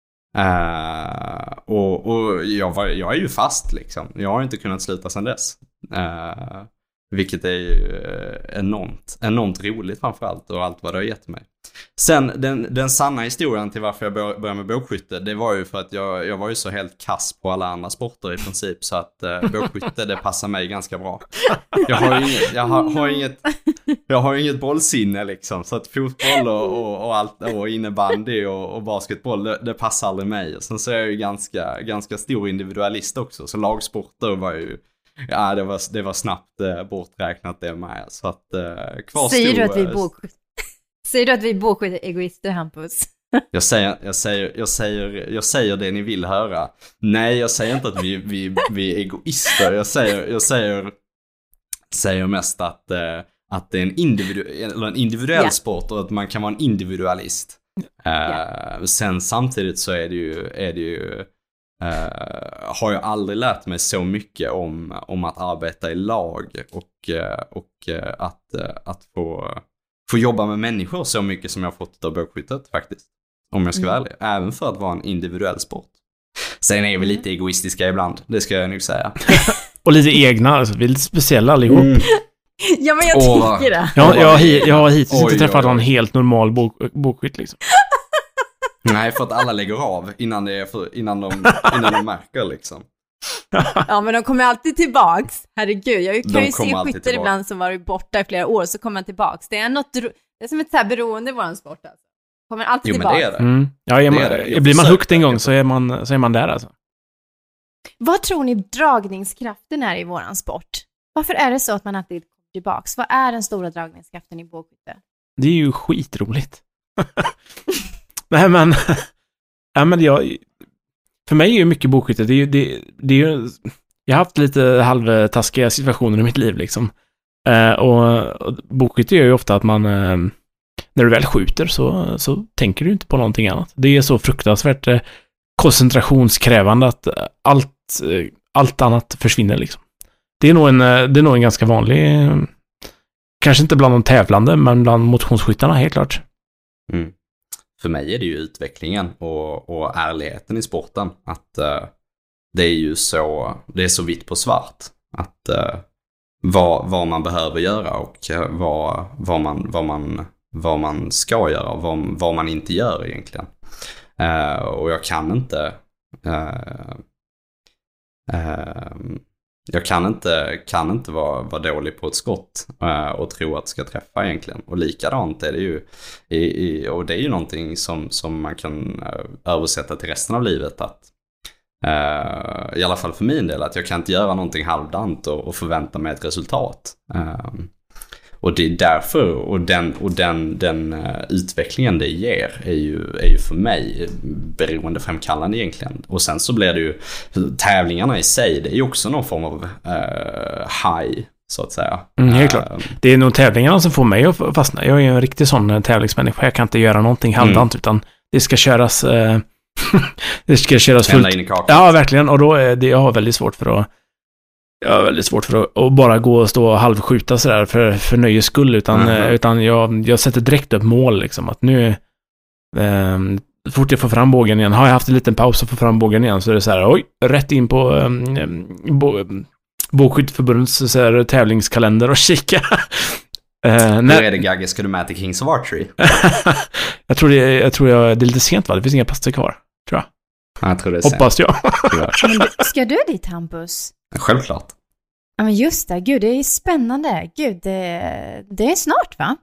Uh, och och jag, var, jag är ju fast liksom. Jag har inte kunnat sluta sedan dess. Uh, Vilket är ju enormt, enormt roligt framförallt, och allt vad det har gett mig. Sen den, den sanna historien till varför jag började med bågskytte, det var ju för att jag, jag var ju så helt kass på alla andra sporter i princip, så att eh, bågskytte, det passar mig ganska bra. Jag har ju inget, jag har, har inget, jag har inget bollsinne liksom, så att fotboll och, och, och allt, och innebandy och, och basketboll, det, det passar aldrig mig. Och sen så är jag ju ganska, ganska stor individualist också, så lagsporter var ju, ja, det var, det var snabbt eh, borträknat det med. Så att eh, kvar Säger stod, du att vi är bågskytte? Säger du att vi är bågskytte-egoister, Hampus? Jag säger, jag, säger, jag, säger, jag säger det ni vill höra. Nej, jag säger inte att vi, vi, vi är egoister. Jag säger, jag säger, säger mest att, eh, att det är en, individu- eller en individuell yeah. sport, och att man kan vara en individualist. Eh, yeah. Sen samtidigt så är det ju... Är det ju Uh, har jag aldrig lärt mig så mycket om, om att arbeta i lag, och, uh, och uh, att, uh, att få, få jobba med människor så mycket som jag har fått av bågskyttet faktiskt. Om jag ska mm. vara ärlig. Även för att vara en individuell sport. Sen är vi lite egoistiska ibland, det ska jag nog säga. Och lite egna, alltså, vi är lite speciella allihop. Mm. Ja, men jag oh, tycker det. Jag, jag, jag, jag har hittills oj, inte träffat oj, oj. någon helt normal bok, bågskytt liksom. Nej, för att alla lägger av innan, det är för, innan, de, innan de märker liksom. Ja, men de kommer alltid tillbaks. Herregud, jag kan de ju se skyttar ibland som varit borta i flera år, så kommer man tillbaks. Det är, något, det är som ett så här beroende i våran sport alltså. Kommer alltid jo, tillbaks. Men det är det. Mm. Ja, är man, det är det. Blir man hooked en gång så är man, så är man där alltså. Vad tror ni dragningskraften är i våran sport? Varför är det så att man alltid kommer tillbaks? Vad är den stora dragningskraften i bågskytte? Det är ju skitroligt. Nej, men, ja, men jag, för mig är ju mycket bågskytte, det är ju, det, det är ju, jag har haft lite halvtaskiga situationer i mitt liv liksom. Eh, och, och bågskytte gör ju ofta att man, eh, när du väl skjuter så, så tänker du inte på någonting annat. Det är så fruktansvärt eh, koncentrationskrävande att allt, eh, allt annat försvinner liksom. Det är nog en, det är nog en ganska vanlig, eh, kanske inte bland de tävlande, men bland motionsskyttarna helt klart. Mm. För mig är det ju utvecklingen och, och ärligheten i sporten. Att uh, det är ju så, det är så vitt på svart. Att uh, vad, vad man behöver göra och uh, vad, vad, man, vad, man, vad man ska göra och vad, vad man inte gör egentligen. Uh, och jag kan inte... Uh, uh, Jag kan inte, kan inte vara, vara dålig på ett skott uh, och tro att det ska träffa egentligen. Och likadant är det ju, i, i, och det är ju någonting som, som man kan uh, översätta till resten av livet. Att, uh, i alla fall för min del, att jag kan inte göra någonting halvdant och, och förvänta mig ett resultat. Uh, och det är därför, och den, och den, den uh, utvecklingen det ger är ju, är ju för mig beroendeframkallande egentligen. Och sen så blir det ju, tävlingarna i sig, det är ju också någon form av uh, high, så att säga. Mm, helt klart. Uh, det är nog tävlingarna som får mig att fastna. Jag är en riktig sån tävlingsmänniska. Jag kan inte göra någonting halvdant, mm. utan det ska köras uh, det ska köras fullt. In i ja, verkligen. Och då är det, jag har väldigt svårt för att Jag har väldigt svårt för att, att bara gå och stå och halvskjuta sådär för, för nöjes skull, utan, mm-hmm. utan jag, jag sätter direkt upp mål liksom, att nu eh, fort jag får fram bågen igen, har jag haft en liten paus och får fram bågen igen, så är det så här, oj, rätt in på eh, bo, Bågskytteförbundets så här, tävlingskalender och kika Uh, Hur är det, Gagge? Ska du med till Kings of Archery? jag tror, det, jag tror jag, det är lite sent, va? Det finns inga platser kvar, tror jag. Ja, jag tror det är Hoppas sent. jag. Men du, ska du dit, Hampus? Självklart. Ja, men just det. Gud, det är spännande. Gud, det, det är snart, va?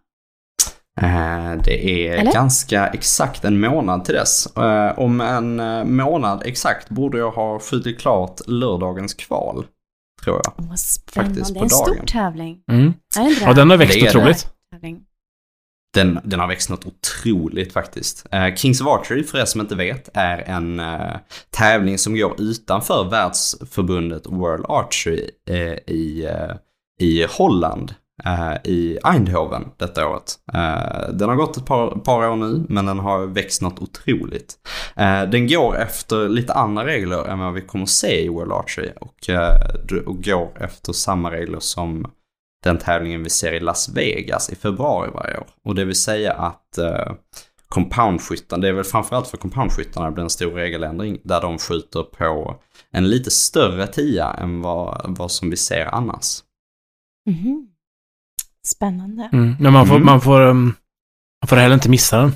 Uh, det är Eller? ganska exakt en månad till dess. Uh, om en uh, månad exakt borde jag ha skjutit klart lördagens kval, tror jag. Åh, spännande. Faktiskt Det på är en stor dagen. tävling. Mm. Är det inte det? Ja, den har växt Det är det. otroligt. Tävling. Den, den har växt något otroligt faktiskt. Uh, Kings of Archery, för er som inte vet, är en uh, tävling som går utanför världsförbundet World Archery uh, i, uh, i Holland. Uh, i Eindhoven detta året. Uh, den har gått ett par, par år nu, men den har växt något otroligt. Uh, den går efter lite andra regler än vad vi kommer att se i World Archery och, uh, och går efter samma regler som den tävlingen vi ser i Las Vegas i februari varje år. Och det vill säga att uh, compoundskyttan, det är väl framförallt för compoundskyttarna blir en stor regeländring där de skjuter på en lite större tia än vad, vad som vi ser annars. Mhm. Spännande. Mm. Men man får, Mm. man, får, um, man får heller inte missa den.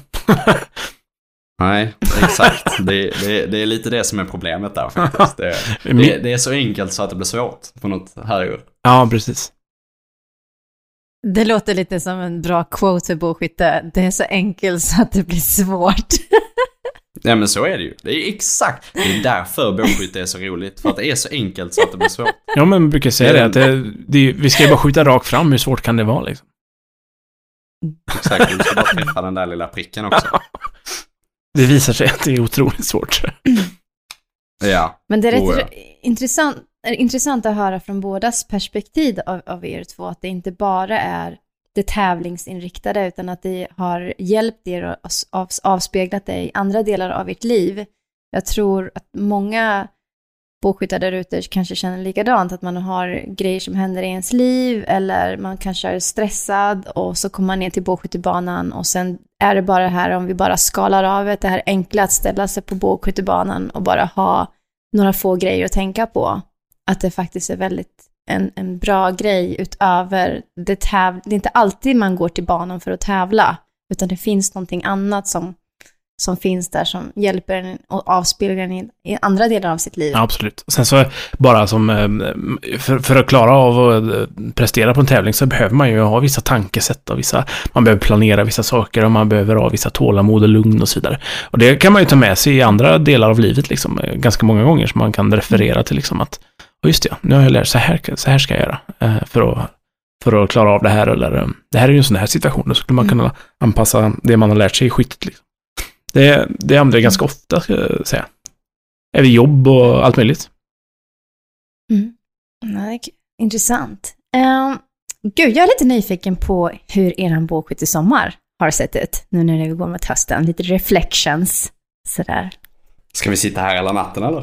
Nej, exakt. det, det, det är lite det som är problemet där faktiskt. Det, det, det är så enkelt så att det blir svårt på något här. Ja, precis. Det låter lite som en bra quote för bågskytte. Det är så enkelt så att det blir svårt. Ja, men så är det ju. Det är exakt. Det är därför bågskytte är så roligt. För att det är så enkelt så att det blir svårt. Ja, men man brukar säga det. Att det, det vi ska ju bara skjuta rakt fram. Hur svårt kan det vara liksom? Exakt, du ska bara träffa den där lilla pricken också. Det visar sig att det är otroligt svårt. Ja. Men det är rätt Oh, ja. intressant, är intressant att höra från bådas perspektiv av, av er två. Att det inte bara är det tävlingsinriktade utan att det har hjälpt er och av, avspeglat det i andra delar av ert liv. Jag tror att många bågskyttar där ute kanske känner likadant, att man har grejer som händer i ens liv eller man kanske är stressad och så kommer man ner till bågskyttebanan och sen är det bara det här, om vi bara skalar av det här enkla att ställa sig på bågskyttebanan och bara ha några få grejer att tänka på, att det faktiskt är väldigt en, en bra grej utöver det täv- det är inte alltid man går till banan för att tävla, utan det finns någonting annat som som finns där som hjälper en och avspeglar en i, i andra delar av sitt liv. Ja, absolut. Sen så bara som för, för att klara av att prestera på en tävling så behöver man ju ha vissa tankesätt och vissa, man behöver planera vissa saker och man behöver ha vissa tålamod och lugn och så vidare. Och det kan man ju ta med sig i andra delar av livet liksom, ganska många gånger, så man kan referera till liksom att, och just det, nu har jag lärt så här, så här ska jag göra för att, för att klara av det här, eller det här är ju en sån här situation, då skulle man kunna anpassa det man har lärt sig i skyttet liksom. Det, det använder jag ganska ofta, ska jag säga. Även jobb och allt möjligt. Mm. Nej, intressant. Um, gud, jag är lite nyfiken på hur eran bågskyttesommar har sett ut. Nu när vi går mot hösten. Lite reflections. Sådär. Ska vi sitta här hela natten eller?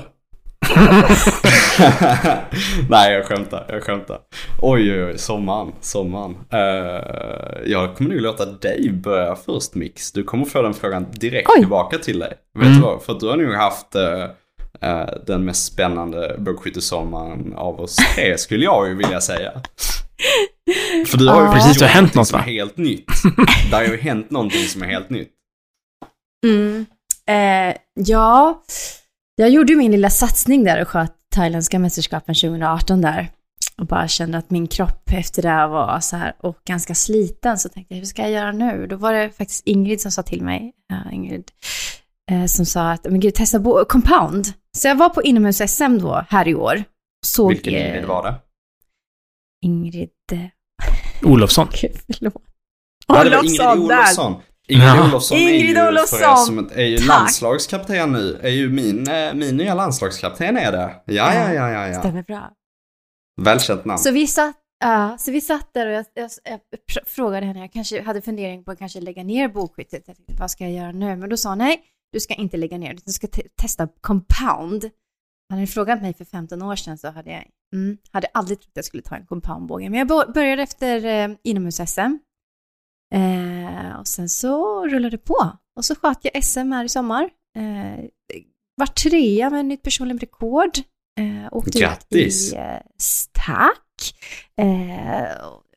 Nej, jag skämtar, jag skämtar. Oj, oj, oj, sommaren, sommaren. Uh, jag kommer nog låta dig börja först, Mix. Du kommer få den frågan direkt oj. tillbaka till dig. Vet mm. du vad? För att du har nog haft uh, uh, den mest spännande bågskyttesommaren av oss tre, skulle jag ju vilja säga. För du har ju ah. precis, det har hänt något, som är helt nytt. Det har ju hänt någonting som är helt nytt. Mm. Uh, ja... Jag gjorde ju min lilla satsning där och sköt thailändska mästerskapen tjugo arton där. Och bara kände att min kropp efter det var så här och ganska sliten. Så tänkte jag, hur ska jag göra nu? Då var det faktiskt Ingrid som sa till mig. Uh, Ingrid. Uh, som sa att, men gud, testa bo- compound. Så jag var på inomhus-S M då, här i år. Såg, Vilken Ingrid var det? Ingrid... Uh... Olofsson. Gud, förlåt. Ja, det var Ingrid Olofsson. Ingrid ja. Olofsson Ingrid är ju, Olofsson. för er som är ju landslagskapten nu. Är ju min, min nya landslagskapten är det. Ja, ja, ja, ja. ja. Stämmer bra. Välkänt namn. Så vi satt, uh, så vi satt där och jag, jag, jag pr- frågade henne, jag kanske hade fundering på att kanske lägga ner bågskyttet. Jag tänkte, vad ska jag göra nu? Men då sa hon, nej, du ska inte lägga ner, du ska te- testa compound. Han hade frågat mig för femton år sedan, så hade jag mm, hade aldrig trott att jag skulle ta en compoundbåge. Men jag började efter uh, inomhus-S M. Eh, och sen så rullade det på. Och så sköt jag S M här i sommar. Eh, var trea med en nytt personligt rekord. Eh, åkte Grattis! Ut i, eh, tack! Eh,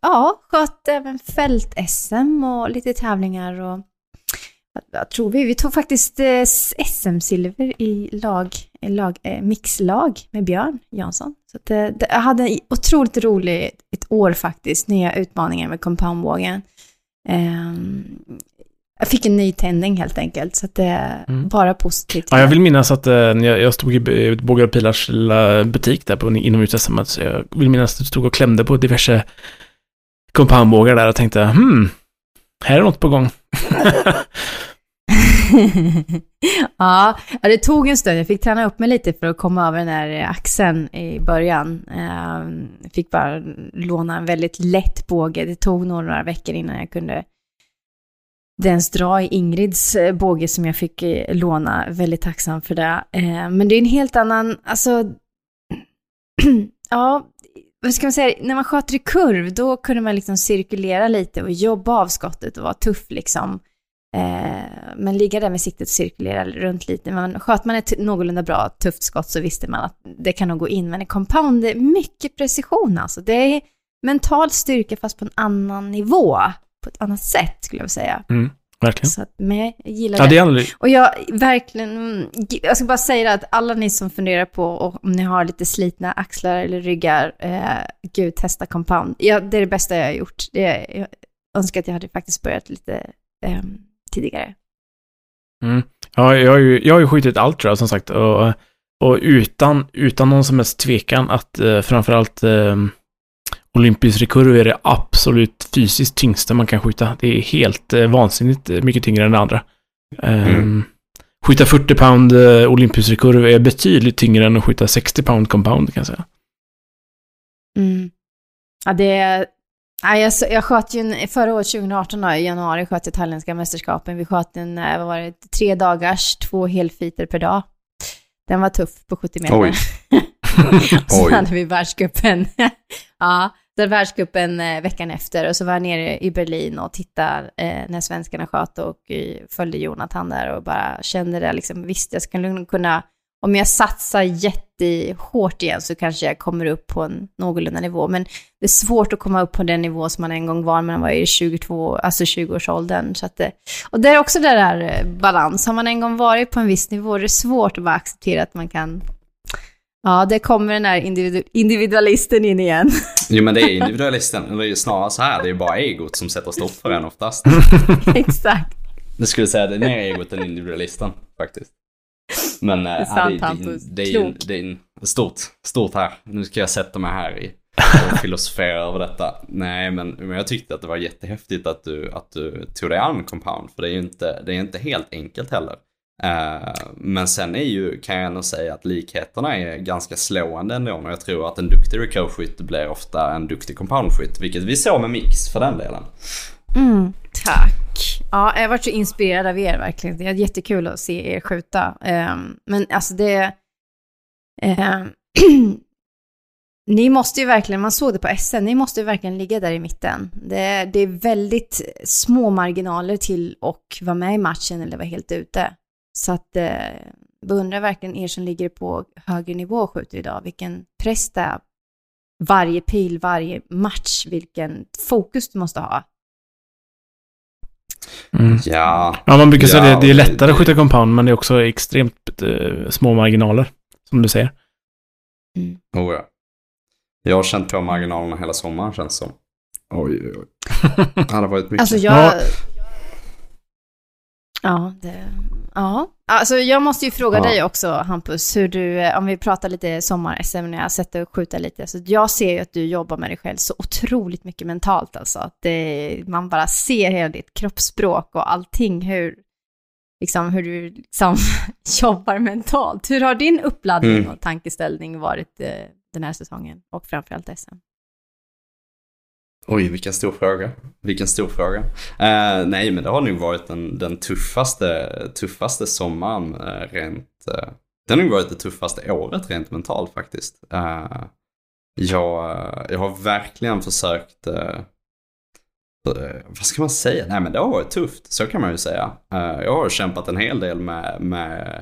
ja, sköt även fält-S M och lite tävlingar och jag tror vi, vi tog faktiskt eh, S M-silver i lag, lag eh, mixlag med Björn Jansson. Så att, eh, jag hade en otroligt roligt ett år faktiskt, nya utmaningar med compoundvågen. Eh, jag fick en ny tändning helt enkelt, så att det är mm. bara positivt. Ja, jag vill minnas att eh, jag, jag stod i Bågar och Pilars butik där på inomhus-S M, så jag vill minnas att du stod och klämde på diverse compoundvågar där och tänkte, hmm, här är något på gång. Ja, det tog en stund. Jag fick träna upp mig lite för att komma över den här axeln i början. Jag fick bara låna en väldigt lätt båge. Det tog några veckor innan jag kunde ens dra i Ingrids båge som jag fick låna. Väldigt tacksam för det. Men det är en helt annan, alltså ja, vad ska man säga, när man sköter i kurv då kunde man liksom cirkulera lite och jobba av skottet och vara tuff liksom. Men ligga där med siktet och cirkulera runt lite. Men sköt man ett någorlunda bra tufft skott så visste man att det kan nog gå in. Men i compound är mycket precision alltså. Det är mental styrka fast på en annan nivå. På ett annat sätt skulle jag säga. Mm, verkligen. Så att, men jag gillar ja, det. det är aldrig... Och jag verkligen, jag ska bara säga att alla ni som funderar på om ni har lite slitna axlar eller ryggar, eh, gud, testa compound. Ja, det är det bästa jag har gjort. Det, jag önskar att jag hade faktiskt börjat lite eh, tidigare. Mm. Ja, jag har ju, jag har ju skjutit ultra som sagt och, och utan, utan någon som helst tvekan att eh, framförallt eh, olympisk rekurv är det absolut fysiskt tyngsta man kan skjuta. Det är helt eh, vansinnigt mycket tyngre än det andra. Eh, mm. Skjuta fyrtio pound eh, olympisk rekurv är betydligt tyngre än att skjuta sextio pound compound kan jag säga. Mm. Ja, det är Ja, jag, jag sköt ju förra året tjugo arton då, i januari sköt jag thailändska mästerskapen. Vi sköt en, vad var det, tre dagars, två helfiter per dag. Den var tuff på sjuttio meter. Oj. Så hade vi världscupen. Ja, så världscupen eh, veckan efter. Och så var jag nere i Berlin och tittade eh, när svenskarna sköt och eh, följde Jonathan där och bara kände det liksom, visst jag skulle kunna, om jag satsar jättehårt igen så kanske jag kommer upp på en någorlunda nivå. Men det är svårt att komma upp på den nivå som man en gång var när man var i tjugotvå, alltså tjugo-årsåldern. Så att det, och det är också det där balans. Har man en gång varit på en viss nivå, det är svårt att bara acceptera att man kan... Ja, det kommer den här individu- individualisten in igen. Jo, men det är individualisten. Det är snarare så här, det är bara egot som sätter stopp för en oftast. Exakt. Det skulle säga det är mer egot än individualisten, faktiskt. Men det är, sant, ja, det, det, det, det, är ju, det är en stort, stort här. Nu ska jag sätta mig här i och filosofera över detta. Nej, men, men jag tyckte att det var jättehäftigt att du, att du tog dig an compound. För det är ju inte, det är inte helt enkelt heller. Uh, men sen är ju, kan jag nog säga att likheterna är ganska slående ändå. Och jag tror att en duktig recurve-skytt blir ofta en duktig compound-skytt. Vilket vi såg med Mix för den delen. Mm, tack. Ja, jag har varit så inspirerad av er verkligen. Det är jättekul att se er skjuta. Um, men alltså det... Um, ni måste ju verkligen, man såg det på S M, ni måste ju verkligen ligga där i mitten. Det, det är väldigt små marginaler till att vara med i matchen eller vara helt ute. Så att eh, beundrar verkligen er som ligger på högre nivå och skjuter idag. Vilken press det är. Varje pil, varje match, vilken fokus du måste ha. Mm. Ja. Ja, man brukar ja, säga att det är lättare det, att skjuta compound, men det är också extremt eh, små marginaler, som du säger. Mm. Oh, ja. Jag har känt på marginalerna hela sommaren, känns som. Oj, oj, oj. Det hade varit mycket. Alltså jag... Ja, det... Ja, alltså jag måste ju fråga ja. dig också, Hampus, hur du, om vi pratar lite sommar-S M när jag sätter och skjuta lite. Alltså jag ser ju att du jobbar med dig själv så otroligt mycket mentalt. Alltså. Att det, man bara ser hela ditt kroppsspråk och allting, hur, liksom, hur du liksom, jobbar mentalt. Hur har din uppladdning mm. och tankeställning varit eh, den här säsongen och framförallt S M? Oj, vilken stor fråga. Vilken stor fråga. Uh, nej, men det har nog varit den, den tuffaste, tuffaste sommaren uh, rent... Uh, det har nog varit det tuffaste året rent mentalt faktiskt. Uh, jag, jag har verkligen försökt... Uh, uh, vad ska man säga? Nej, men det har varit tufft. Så kan man ju säga. Uh, jag har kämpat en hel del med, med,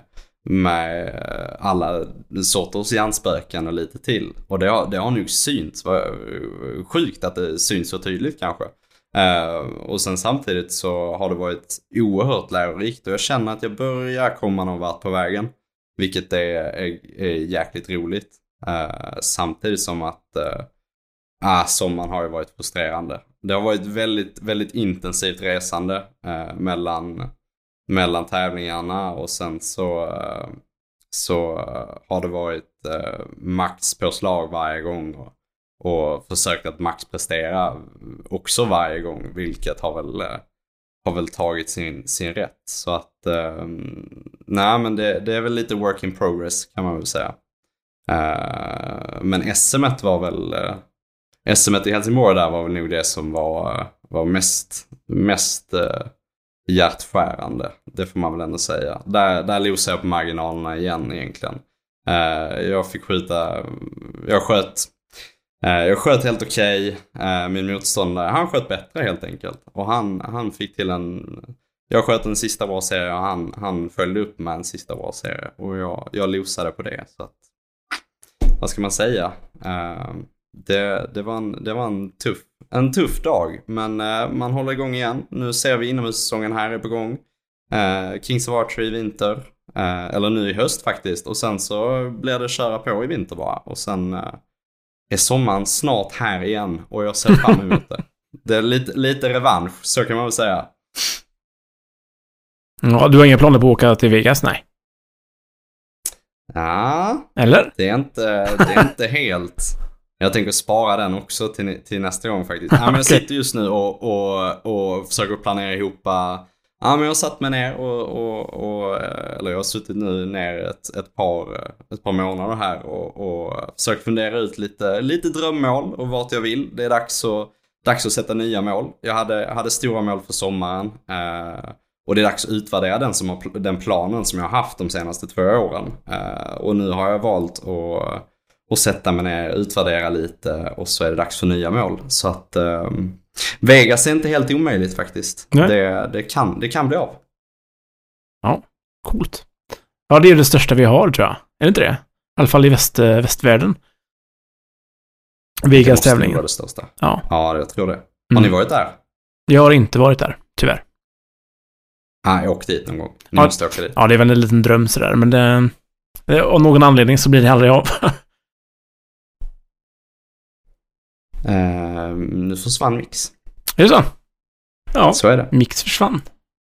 med alla sorters hjärnspöken och lite till. Och det har, det har nog synts. Sjukt att det syns så tydligt kanske. Uh, och sen samtidigt så har det varit oerhört lärorikt. Och jag känner att jag börjar komma någon vart på vägen. Vilket är, är, är jäkligt roligt. Uh, samtidigt som att uh, ah, sommaren har ju varit frustrerande. Det har varit väldigt, väldigt intensivt resande uh, mellan... mellan tävlingarna och sen så så har det varit eh, max på slag varje gång och, och försökt att max prestera också varje gång, vilket har väl har väl tagit sin sin rätt, så att eh, nej men det, det är väl lite work in progress kan man väl säga. Eh, men S M-et var väl eh, S M-et i Helsingborg där var väl nog det som var var mest mest eh, hjärtskärande, det får man väl ändå säga. Där, där losade jag på marginalerna igen egentligen. Uh, jag fick skjuta, jag sköt, uh, jag sköt helt okej. Okay. Uh, min motståndare, han sköt bättre helt enkelt. Och han, han fick till en, jag sköt en sista bra serie och han, han följde upp med en sista bra serie. Och jag, jag losade på det. Så att, vad ska man säga? Uh, det, det, var en, det var en tuff En tuff dag, men eh, man håller igång igen. Nu ser vi inomhussäsongen här är på gång. Eh, Kings of Archery i vinter. Eh, eller nu i höst faktiskt. Och sen så blir det köra på i vinter bara. Och sen eh, är sommaren snart här igen. Och jag ser fram emot det. Det är lite, lite revansch, så kan man väl säga. Ja, du har inga planer på att åka till Vegas, nej? Ja. Eller? Det är inte, det är inte helt... Jag tänker spara den också till, till nästa gång faktiskt. Ja, men jag sitter just nu och, och, och försöker planera ihop. Ja, men jag har satt mig ner och, och, och eller jag har suttit nu ner ett, ett, par, ett par månader här och, och försökt fundera ut lite, lite drömmål och vart jag vill. Det är dags att, dags att sätta nya mål. Jag hade, jag hade stora mål för sommaren. Eh, och det är dags att utvärdera den, som har, den planen som jag har haft de senaste två åren. Eh, och nu har jag valt att och sätta mig ner, utvärdera lite och så är det dags för nya mål. Så att um, Vegas är inte helt omöjligt faktiskt. Det, det, kan, det kan bli av. Ja, coolt. Ja, det är det största vi har, tror jag. Är det inte det? I alla fall i väst, västvärlden. Vegas-tävlingen. Det måste vara det största. Ja. Ja, jag tror det. Har mm. ni varit där? Jag har inte varit där, tyvärr. Nej, jag åkte dit någon gång. Ni ja, måste åka dit. Ja, det är väl en liten dröm sådär. Men det, det, av någon anledning så blir det aldrig av. Uh, nu försvann Mix. Är det så? Ja, så är det. Mix försvann.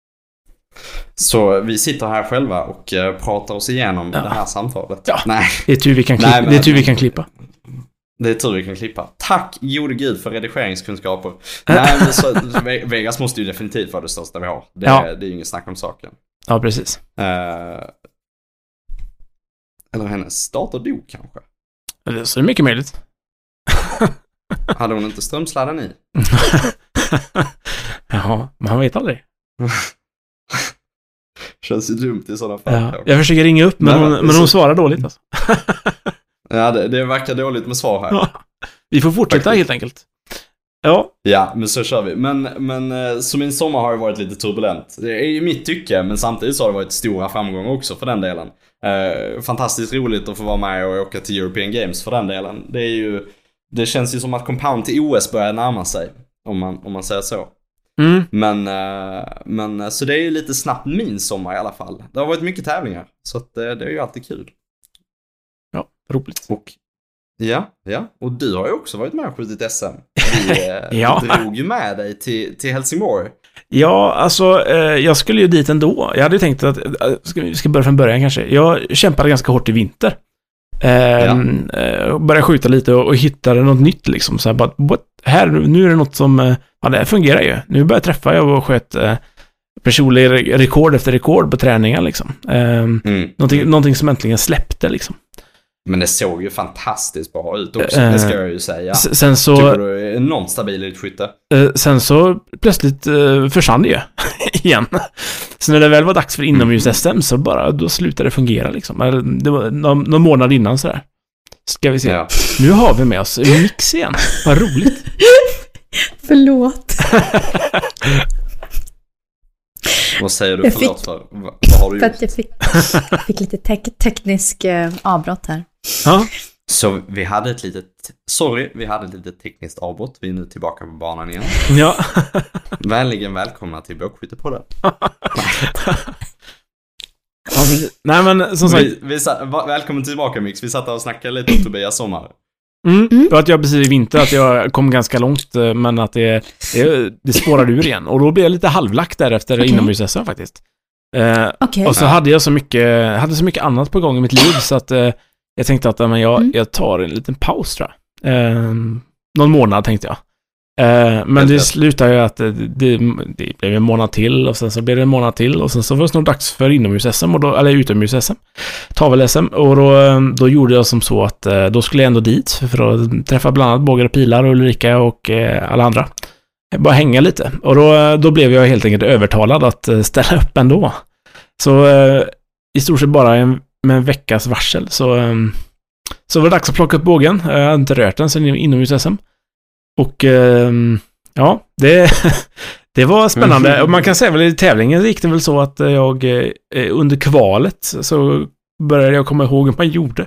Så vi sitter här själva och uh, pratar oss igenom ja. det här samtalet. Ja, Nej. Det är tur vi kan klippa. Nej, men, det är tur vi kan klippa. Det är tur vi kan klippa. Tack gode gud för redigeringskunskaper. Nej, men så, Vegas måste ju definitivt vara det största vi har. Det, ja. det är ju inget snack om saken. Ja, precis. Uh, eller hennes dator dog kanske. Det är så mycket möjligt. Hade hon inte strömsladden i? Ja, man vet aldrig. Känns ju dumt i sådana fall. Ja, jag försöker ringa upp, men, Nej, hon, men hon svarar dåligt alltså. Ja, det, det verkar dåligt med svar här. Ja, vi får fortsätta Faktiskt. helt enkelt. Ja. Ja, men så kör vi. Men, men så min sommar har ju varit lite turbulent. Det är ju mitt tycke, men samtidigt så har det varit stora framgångar också för den delen. Eh, fantastiskt roligt att få vara med och åka till European Games för den delen. Det är ju Det känns ju som att Compound till O S börjar närma sig, om man, om man säger så. Mm. Men, uh, men så det är ju lite snabbt min sommar i alla fall. Det har varit mycket tävlingar, så att, uh, det är ju alltid kul. Ja, roligt. Och, ja, ja, och du har ju också varit med och skjutit S M. Vi uh, ja. drog ju med dig till, till Helsingborg. Ja, alltså uh, jag skulle ju dit ändå. Jag hade tänkt att, uh, ska, vi ska börja från början kanske. Jag kämpade ganska hårt i vinter. Uh, ja. uh, började skjuta lite och, och hittade något nytt liksom. Så här, bara, what? Här, nu är det något som, uh, ja det här fungerar ju. Nu börjar jag träffa, jag och sköt uh, personlig re- rekord efter rekord på träningar liksom. Uh, mm. någonting, mm. någonting som äntligen släppte liksom. Men det såg ju fantastiskt bra ut också, uh, det ska jag ju säga. S- sen så... Tycker du är enormt stabil i ditt skytte? Uh, sen så plötsligt uh, försvann det ju igen. Så när det väl var dags för inomhus-S M så bara, då slutade det fungera liksom. Det var någon, någon månad innan sådär. Ska vi se. Ja. Nu har vi med oss Mix igen. Vad roligt. Förlåt. Vad säger du Jag förlåt fick- för? Va, vad har du För gjort? att jag fick, fick lite tek- teknisk eh, avbrott här. Ja. Så vi hade ett litet, sorry, vi hade ett litet tekniskt avbrott. Vi är nu tillbaka på banan igen. Ja. Vänligen välkomna till Bågskyttepodden. Ja, nej, men som sagt. Vi, vi sa, va, välkommen tillbaka Mix. Vi satt där och snackade lite om Tobias sommar. Mm. Mm. Det var att jag precis i vinter att jag kom ganska långt, men att det, det, det spårade ur igen. Och då blev jag lite halvlack därefter Okej. inomhus-S M faktiskt. Eh, Okej. och så Ja. hade jag så mycket, hade så mycket annat på gång i mitt liv så att eh, jag tänkte att ja, men jag, Mm. jag tar en liten paus tror jag. Eh, någon månad tänkte jag. Eh, men Helt det rätt. slutade ju att det, det, det blev en månad till och sen så blev det en månad till och sen så var det snart dags för inomhus-S M och då, eller utomhus-S M. Tavel-S M och då, då gjorde jag som så att eh, då skulle jag ändå dit för att träffa bland annat Bågar och Pilar och Ulrika och eh, alla andra. Bara hänga lite. Och då, då blev jag helt enkelt övertalad att eh, ställa upp ändå. Så eh, i stort sett bara en, med en veckas varsel så, eh, så var det dags att plocka upp bågen. Jag hade inte rört den sen inomhus-S M. Och eh, ja, det, det var spännande. Och man kan säga väl i tävlingen gick det väl så att jag eh, under kvalet så började jag komma ihåg hur man gjorde.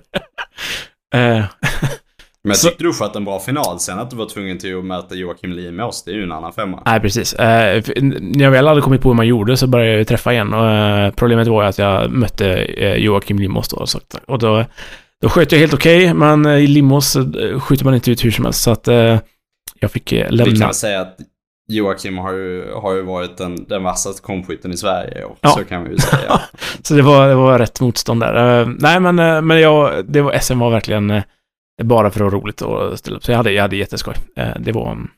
eh, Men jag Så- tyckte du sköt en bra final. Sen att du var tvungen till att möta Joakim Limås, det är ju en annan femma. Nej, precis. Eh, för- när jag väl hade kommit på hur man gjorde så började jag ju träffa igen. Och, eh, problemet var ju att jag mötte eh, Joakim Limås då. Så, och då, då sköt jag helt okej, men eh, i Limås eh, skjuter man inte ut hur som helst. Så att eh, jag fick eh, Vi kan lämna. väl säga att Joakim har ju, har ju varit den, den vassaste komskytten i Sverige. Och Ja. så kan vi ju säga. Så det var, det var rätt motstånd där. Eh, nej, men, eh, men jag, det var, S M var verkligen eh, bara för att vara roligt att ställa upp. Så jag hade, jag hade jätteskoj. Eh, det var... mm,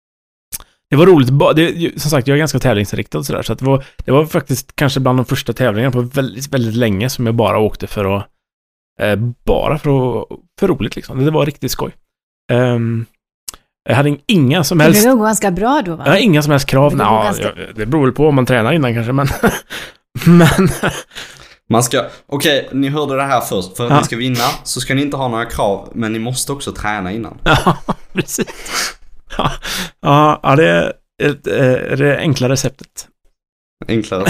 Det var roligt. Ba- Det, som sagt, jag är ganska tävlingsinriktad och sådär. Så att det, var, det var faktiskt kanske bland de första tävlingarna på väldigt, väldigt länge som jag bara åkte för att... Eh, bara för, att, för roligt liksom. Det var riktigt skoj. Ehm, jag hade inga som Det helst... blev nog ganska bra då, va? Jag har inga som helst krav. Det går Nå, ganska- jag- det beror väl på om man tränar innan kanske, men... men... Man ska, okej, ni hörde det här först. För att Ja. ni ska vinna så ska ni inte ha några krav. Men ni måste också träna innan. Ja, precis. Ja, ja, ja, det är ett, eh, det enkla receptet. Enklare.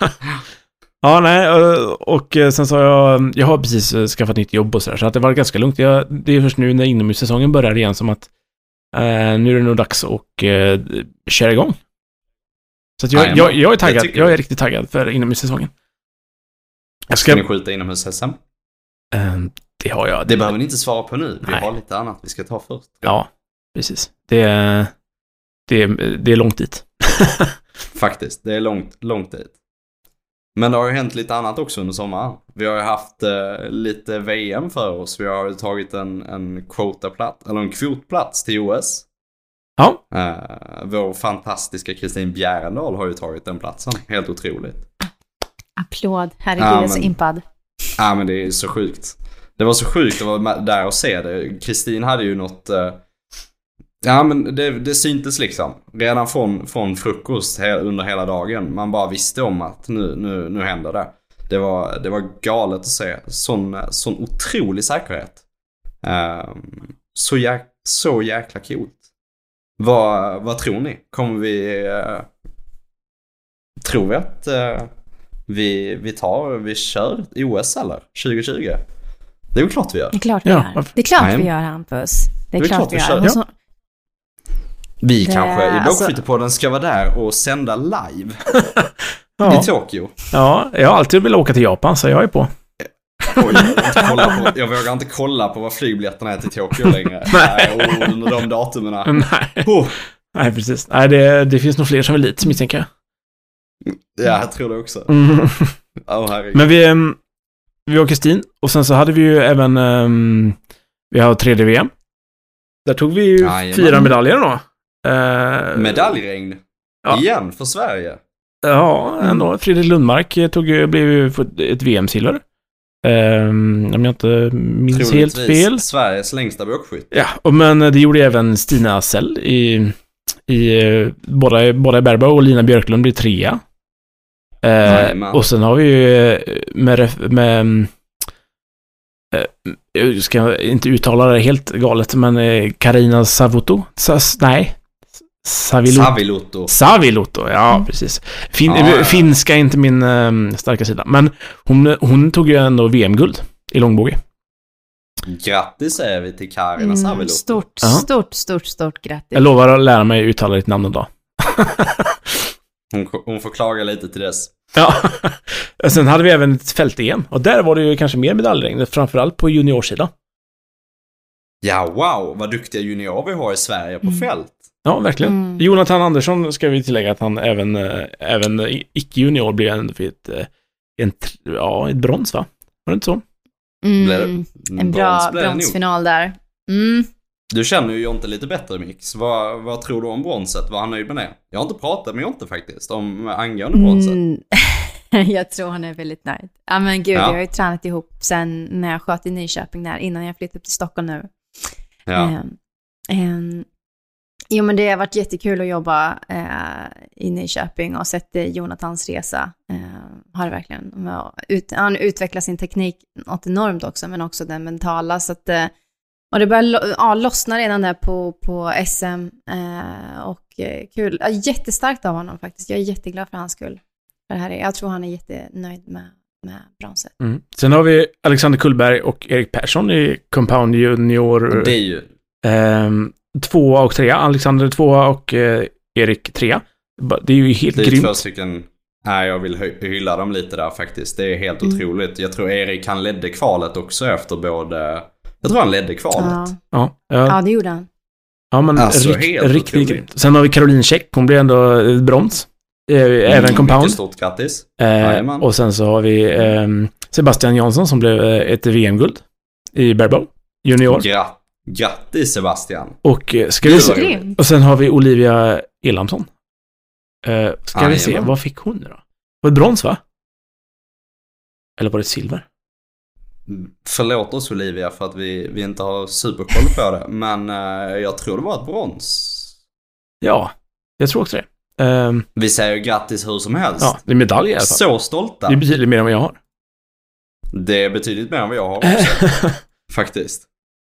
Ja, nej, och- och sen så har jag, jag har precis eh, skaffat nytt jobb och sådär, så att det var ganska lugnt. Jag, det är först nu när inomhussäsongen börjar igen som att eh, nu är det nog dags att eh, köra igång. Så att jag, Jajamän, jag, jag är det taggad, tycker jag är jag. riktigt taggad för inomhussäsongen. Jag Ska ska, ni skjuta inomhus-S M? eh, det har jag. Det behöver ni inte svara på nu. Vi Nej. har lite annat vi ska ta först. Ja, precis. Det är, det är, det är långt dit. Faktiskt, det är långt, långt dit. Men det har ju hänt lite annat också under sommaren. Vi har ju haft eh, lite V M för oss. Vi har ju tagit en, en quotaplats, eller en kvotplats till O S. Ja, Eh, vår fantastiska Kristin Bjärendal har ju tagit den platsen. Helt otroligt. Applåd. Herregud, Ja, jag är så men- impad. Ja, men det är så sjukt. Det var så sjukt att vara med där och se det. Kristin hade ju något... Eh, ja, men det, det syntes liksom. Redan från, från frukost he, under hela dagen. Man bara visste om att nu, nu, nu händer det. Det var, det var galet att se. Sån, sån otrolig säkerhet. Eh, så, jäk, så jäkla coolt. Vad, vad tror ni? Kommer vi... Eh, tror vi att... Eh, Vi, vi tar, vi kör O S eller? tjugo tjugo. Det är ju klart vi gör. Det är klart vi Ja, gör. varför- Det är klart Nej. vi gör, Hampus. Det är, Det är klart, klart vi vi gör. kör. Och så, Vi Det- kanske i alltså- Bågskyttepodden ska vara där och sända live ja. i Tokyo. ja, jag har alltid velat åka till Japan, så jag är på. Oj, jag, vill inte kolla på, jag vågar inte kolla på vad flygbiljetterna är till Tokyo längre. Nej, och under de datumen. Nej, Oh, nej precis. Nej, det, det finns nog fler som vill dit, misstänker jag. ja, jag tror det också. Mm. Åh, herregud. Men vi, ehm, vi var Kristin och sen så hade vi ju även um, vi har tredje V M. Där tog vi ju Jajamän. fyra medaljer då. Uh, Medaljregn. Ja. Igen för Sverige. Ja, ändå. Fredrik Lundmark tog, ju- blev ju ett V M-silver. Um, om jag inte minns helt Troligtvis fel. Sveriges längsta bågskytt. Ja, och men det gjorde även Stina Sell i, i eh, både, både Berba och Lina Björklund blir trea. Eh, Jajamän. och sen har vi ju eh, med, ref- med eh, jag ska inte uttala det helt galet, men eh, Karina Savoto, Sas, nej, Savilot- Savilotto. Savilotto, ja mm. precis. Fin- ja, ja. Finska är inte min um, starka sida. Men hon, hon tog ju ändå V M-guld i långbåge. Grattis säger vi till Karina Savilotto. Mm, stort, uh-huh. stort, stort, stort grattis. Jag lovar att lära mig uttala ditt namn en dag. hon, hon får klaga lite till dess. Ja. Sen hade vi även ett fält-E M. Och där var det ju kanske mer medaljregn, framförallt på juniorsidan. Ja, wow. Vad duktiga juniorer vi har i Sverige på mm. fält. Ja, verkligen. Mm. Jonathan Andersson ska vi tillägga att han även, även icke-junior blev ändå för ett, en, ja, ett brons, va? Var det inte så? Mm. En, en bra bronsfinal där. Mm. Du känner ju Jonte lite bättre, Mix. Vad, vad tror du om bronset? Var han nöjd med det? Jag har inte pratat med Jonte faktiskt om angående bronset. Mm. Jag tror han är väldigt nöjd. Ja men gud, ja. Jag har ju tränat ihop sen när jag sköt i Nyköping där, innan jag flyttade upp till Stockholm nu. Ja. Um, um, jo men det har varit jättekul att jobba uh, i Nyköping och sett uh, Jonathans resa. Uh, har det verkligen. Ut, han utvecklar sin teknik något enormt också, men också den mentala. Så att, uh, och det börjar ja, lossna redan där på, på S M. Uh, och uh, kul. Uh, jättestarkt av honom faktiskt. Jag är jätteglad för hans skull. För det här är, jag tror han är jättenöjd med, med bronset. Mm. Sen har vi Alexander Kullberg och Erik Persson i Compound Junior. Det är ju... Eh, tvåa och trea. Alexander tvåa och eh, Erik trea. Det är ju helt grymt. Det är två stycken... Nej, jag vill hy- hylla dem lite där faktiskt. Det är helt mm. otroligt. Jag tror Erik han ledde kvalet också efter både... Jag tror han ledde kvalet. Ja, ja, ja. ja det gjorde han. Ja, men alltså, rikt, riktigt grymt. Sen har vi Caroline Käck. Hon blev ändå brons. Även mm, Compound. Mycket stort grattis. Eh, och sen så har vi eh, Sebastian Jansson som blev ett V M-guld i barebow junior. Gra- grattis Sebastian. Och ska vi se. Och sen har vi Olivia Elamsson. Eh, ska Aj, vi se, vad fick hon nu då? Var det brons, va? Eller var det silver? Förlåt oss Olivia för att vi, vi inte har superkoll på det. Men eh, jag tror det var ett brons. Ja, jag tror också det. Um, vi säger grattis hur som helst. Ja, det är medalj i alla fall. Så stolta. Det är betydligt mer än vad jag har. Det är betydligt mer än vad jag har också. Faktiskt.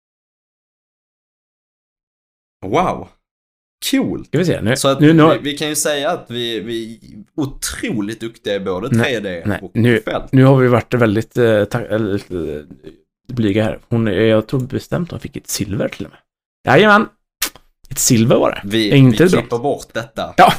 Wow. Cool. Ska vi se nu. Så att nu, nu har... vi, vi kan ju säga att vi, vi är otroligt duktiga i både tre D nej, och nu, fält. Nu har vi varit väldigt eh, ta- äh, blyga här. Hon, jag tror bestämt att hon fick ett silver till och med. Jajamän. Ett silver var det. Vi, inte vi klipper bort detta. Ja.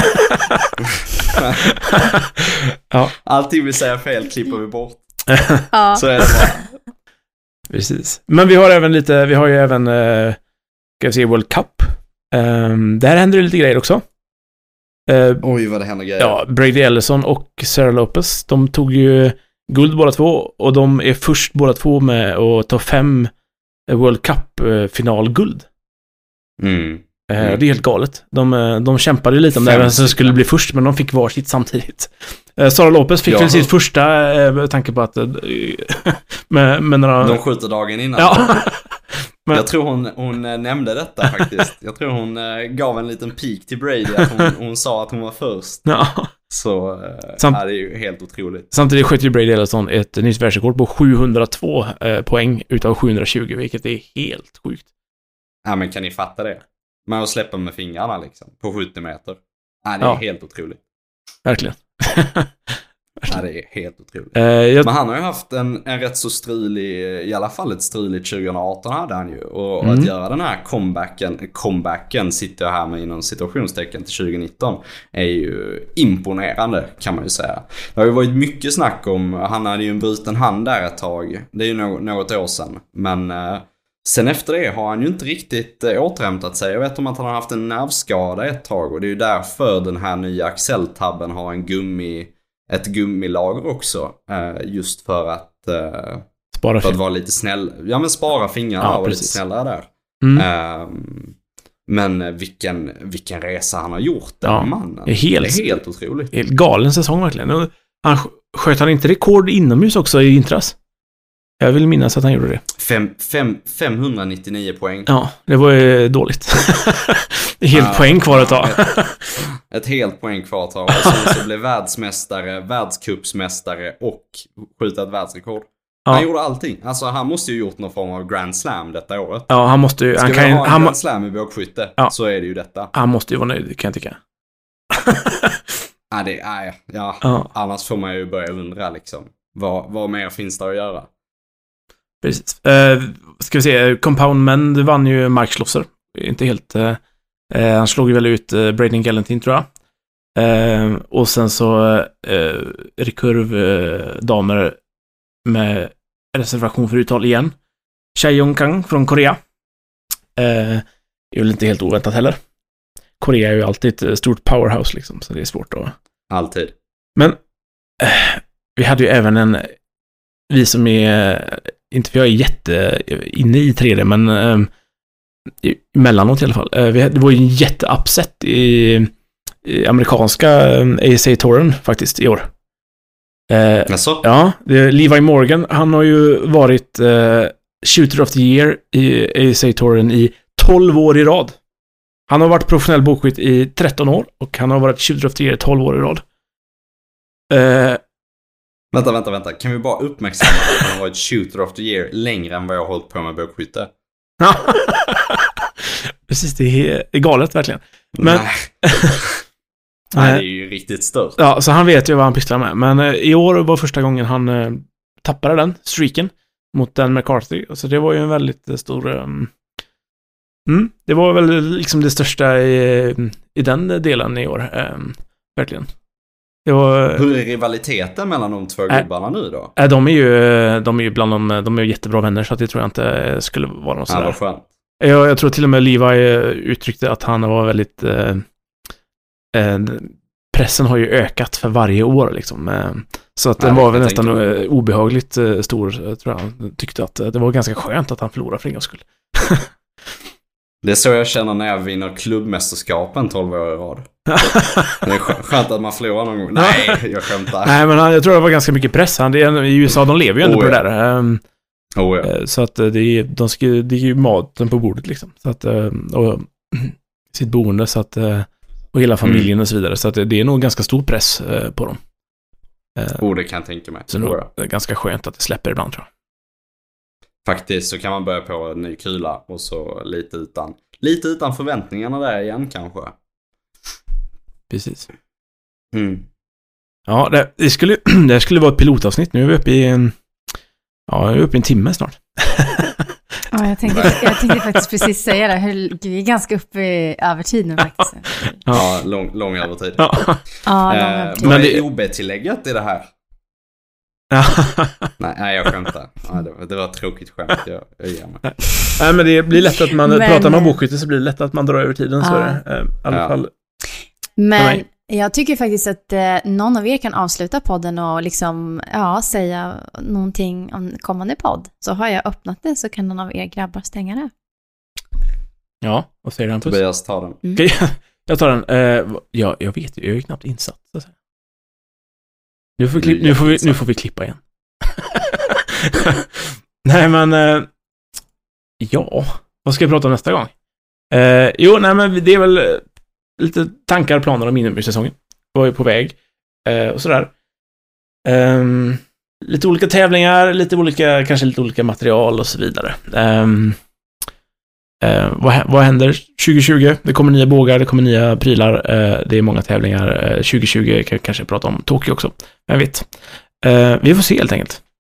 Ja. Allting vi säger fel klipper vi bort. Ja. Så är det bara. Precis. Men vi har även lite, vi har ju även uh, ska vi se World Cup. Um, där händer det lite grejer också. Uh, Oj, vad det händer grejer. Ja, Brady Ellison och Sarah Lopez, de tog ju guld båda två och de är först båda två med att ta fem World Cup-finalguld. Mm. Mm. Det är helt galet. De, de kämpade lite om det vem som skulle bli först, men de fick var sitt samtidigt. Sara Lopez fick ja. väl sitt första med tanke på att med, med några... De skjuter dagen innan. Ja. Men... Jag tror hon, hon nämnde detta faktiskt. Jag tror hon gav en liten peak till Brady att hon, hon sa att hon var först. Ja. Så Samt... ja, det är ju helt otroligt. Samtidigt sköt ju Brady Ellison ett nytt världsrekord på sjuhundratvå eh, poäng utav sjuhundratjugo, vilket är helt sjukt. Ja, men kan ni fatta det? Man släpper med fingrarna liksom, på sjuttio meter. Ja, det är ja. helt otroligt. Verkligen. Ja, det är helt otroligt. Uh, jag... Men han har ju haft en, en rätt så strulig, i alla fall ett struligt tjugoarton hade han ju. Och, mm. och att göra den här comebacken, comebacken sitter jag här med inom situationstecken till tjugonitton, är ju imponerande kan man ju säga. Det har ju varit mycket snack om, han hade ju en bruten hand där ett tag. Det är ju något, något år sedan. Men... Uh, Sen efter det har han ju inte riktigt äh, återhämtat sig. Jag vet om att han har haft en nervskada ett tag. Och det är ju därför den här nya axeltabben har en gummi, ett gummilager också. Äh, just för att, äh, spara för att vara lite snäll. Ja, men spara fingrarna ja, och lite snällare där. Mm. Äh, men vilken, vilken resa han har gjort, den ja, mannen. Det är helt, det är helt otroligt. Helt galen säsong verkligen. Han sköt han inte rekord inomhus också i intras? Jag vill minnas att han gjorde det. Fem, fem, femhundranittionio poäng. Ja, det var ju dåligt. Helt ja, poäng kvar att ta. Ett, ett helt poäng kvar att ta. Och sen så blev världsmästare, världscupsmästare och skjuta ett världsrekord. Han Ja. gjorde allting. Alltså han måste ju gjort någon form av Grand Slam detta året. Ja, han måste ju... Ska Han vi kan ju ha en han, Grand Slam i bågskytte, Ja. så är det ju detta. han måste ju vara nöjd, kan jag tycka. Ja, det är... Ja, Ja. annars får man ju börja undra liksom. Vad, vad mer finns det att göra? Precis. Uh, ska vi se, Compound Men vann ju Mark Schlosser. Inte helt... Uh, uh, han slog ju väl ut uh, Braden Galantin, tror jag. Uh, och sen så uh, rekurv uh, damer med reservation för uttal igen. Chae Yong Kang från Korea. Uh, är väl inte helt oväntat heller. Korea är ju alltid ett stort powerhouse liksom, så det är svårt att... Alltid. Men uh, vi hade ju även en... Vi som är... Inte för jag är jätte inne i tre D, men eh, emellanåt i alla fall. Eh, vi hade, det var ju en jätteupset i, i amerikanska eh, A S A-touren faktiskt i år. Eh, Jaså? ja, det är Levi Morgan, han har ju varit eh, Shooter of the Year i A S A-touren i tolv år i rad. Han har varit professionell bågskytt i tretton år och han har varit Shooter of the Year i tolv år i rad. Eh, Vänta, vänta, vänta. Kan vi bara uppmärksamma att han har varit Shooter of the Year längre än vad jag har hållit på med bågskytte? Precis, det är, det är galet verkligen. Men, Nej. Nej, det är ju riktigt stört. Ja, så han vet ju vad han pysslar med. Men eh, i år var första gången han eh, tappade den, streaken, mot Dan McCarthy. Så det var ju en väldigt eh, stor... Um, mm, det var väl liksom det största i, i den delen i år. Eh, verkligen. Det var, Hur är rivaliteten mellan de två Äh. gubbarna nu då? äh, de är ju de är ju bland de, de är jättebra vänner, så att det tror jag inte skulle vara något Ja, sådär. vad skönt. Jag, jag tror till och med Levi uttryckte att han var väldigt... Eh, eh, pressen har ju ökat för varje år liksom. Eh, så att den Ja, var väl jag nästan tänker- eh, obehagligt eh, stor, tror jag. Han tyckte att eh, det var ganska skönt att han förlorade för en gångs skull. Det är så jag känner när jag vinner klubbmästerskapen tolv år i rad. Det är skö- skönt att man förlorar någon gång. Nej, jag skämtar. Nej, men han, jag tror det var ganska mycket press. Han, det är, i U S A, de lever ju ändå Oh, på ja. det där. Um, Oh, ja. eh, så att eh, det är, de ska, det är ju maten på bordet liksom. Så att, eh, och sitt boende, så att, eh, och hela familjen och så vidare. Så att det är nog ganska stor press eh, på dem. Eh, Oh, det kan jag tänka mig. så Oh, nog, ja. det är ganska skönt att det släpper ibland, tror jag. Faktiskt så kan man börja på en ny kula och så lite utan lite utan förväntningarna där igen kanske. Precis. Mm. Ja, det, det, skulle, det skulle vara ett pilotavsnitt. Nu är vi uppe i en, ja, vi är uppe i en timme snart. Ja, jag tänkte, jag tänkte faktiskt precis säga det. Hur- Vi är ganska uppe i övertid nu faktiskt. Ja, lång, lång övertid. Ja. Ja, lång Eh, övertid. vad Men är det- O B-tillägget i det här? Ja. Nej, nej jag skämtar. Ja, det, var, det var ett tråkigt skämt. Jag, jag ger mig. Nej, men det blir lätt att man Men- pratar med bågskytte, så blir det lätt att man drar över tiden. Så Ja. är det. Eh, I alla Ja. fall. Men mig. jag tycker faktiskt att eh, någon av er kan avsluta podden och liksom, ja, säga någonting om kommande podd. Så har jag öppnat det, så kan någon av er grabbar stänga det. Ja, vad säger han? Tobias, ta den. Okej, jag tar den. Eh, ja, jag vet ju, jag är ju knappt insatt. Så att säga. Nu får vi, klipp, nu får vi, nu får vi klippa igen. Nej, men... Eh, ja, vad ska jag prata om nästa gång? Eh, jo, nej, men det är väl eh, lite tankar och planer om inomhussäsongen. Vad är på väg? Eh, och sådär. Ehm, lite olika tävlingar, lite olika, kanske lite olika material och så vidare. Ehm, eh, vad, hä- vad händer tjugo tjugo? Det kommer nya bågar, det kommer nya prylar. Eh, det är många tävlingar. Eh, tjugo tjugo kan jag kanske prata om Tokyo också. Jag vet. Eh, vi får se helt enkelt.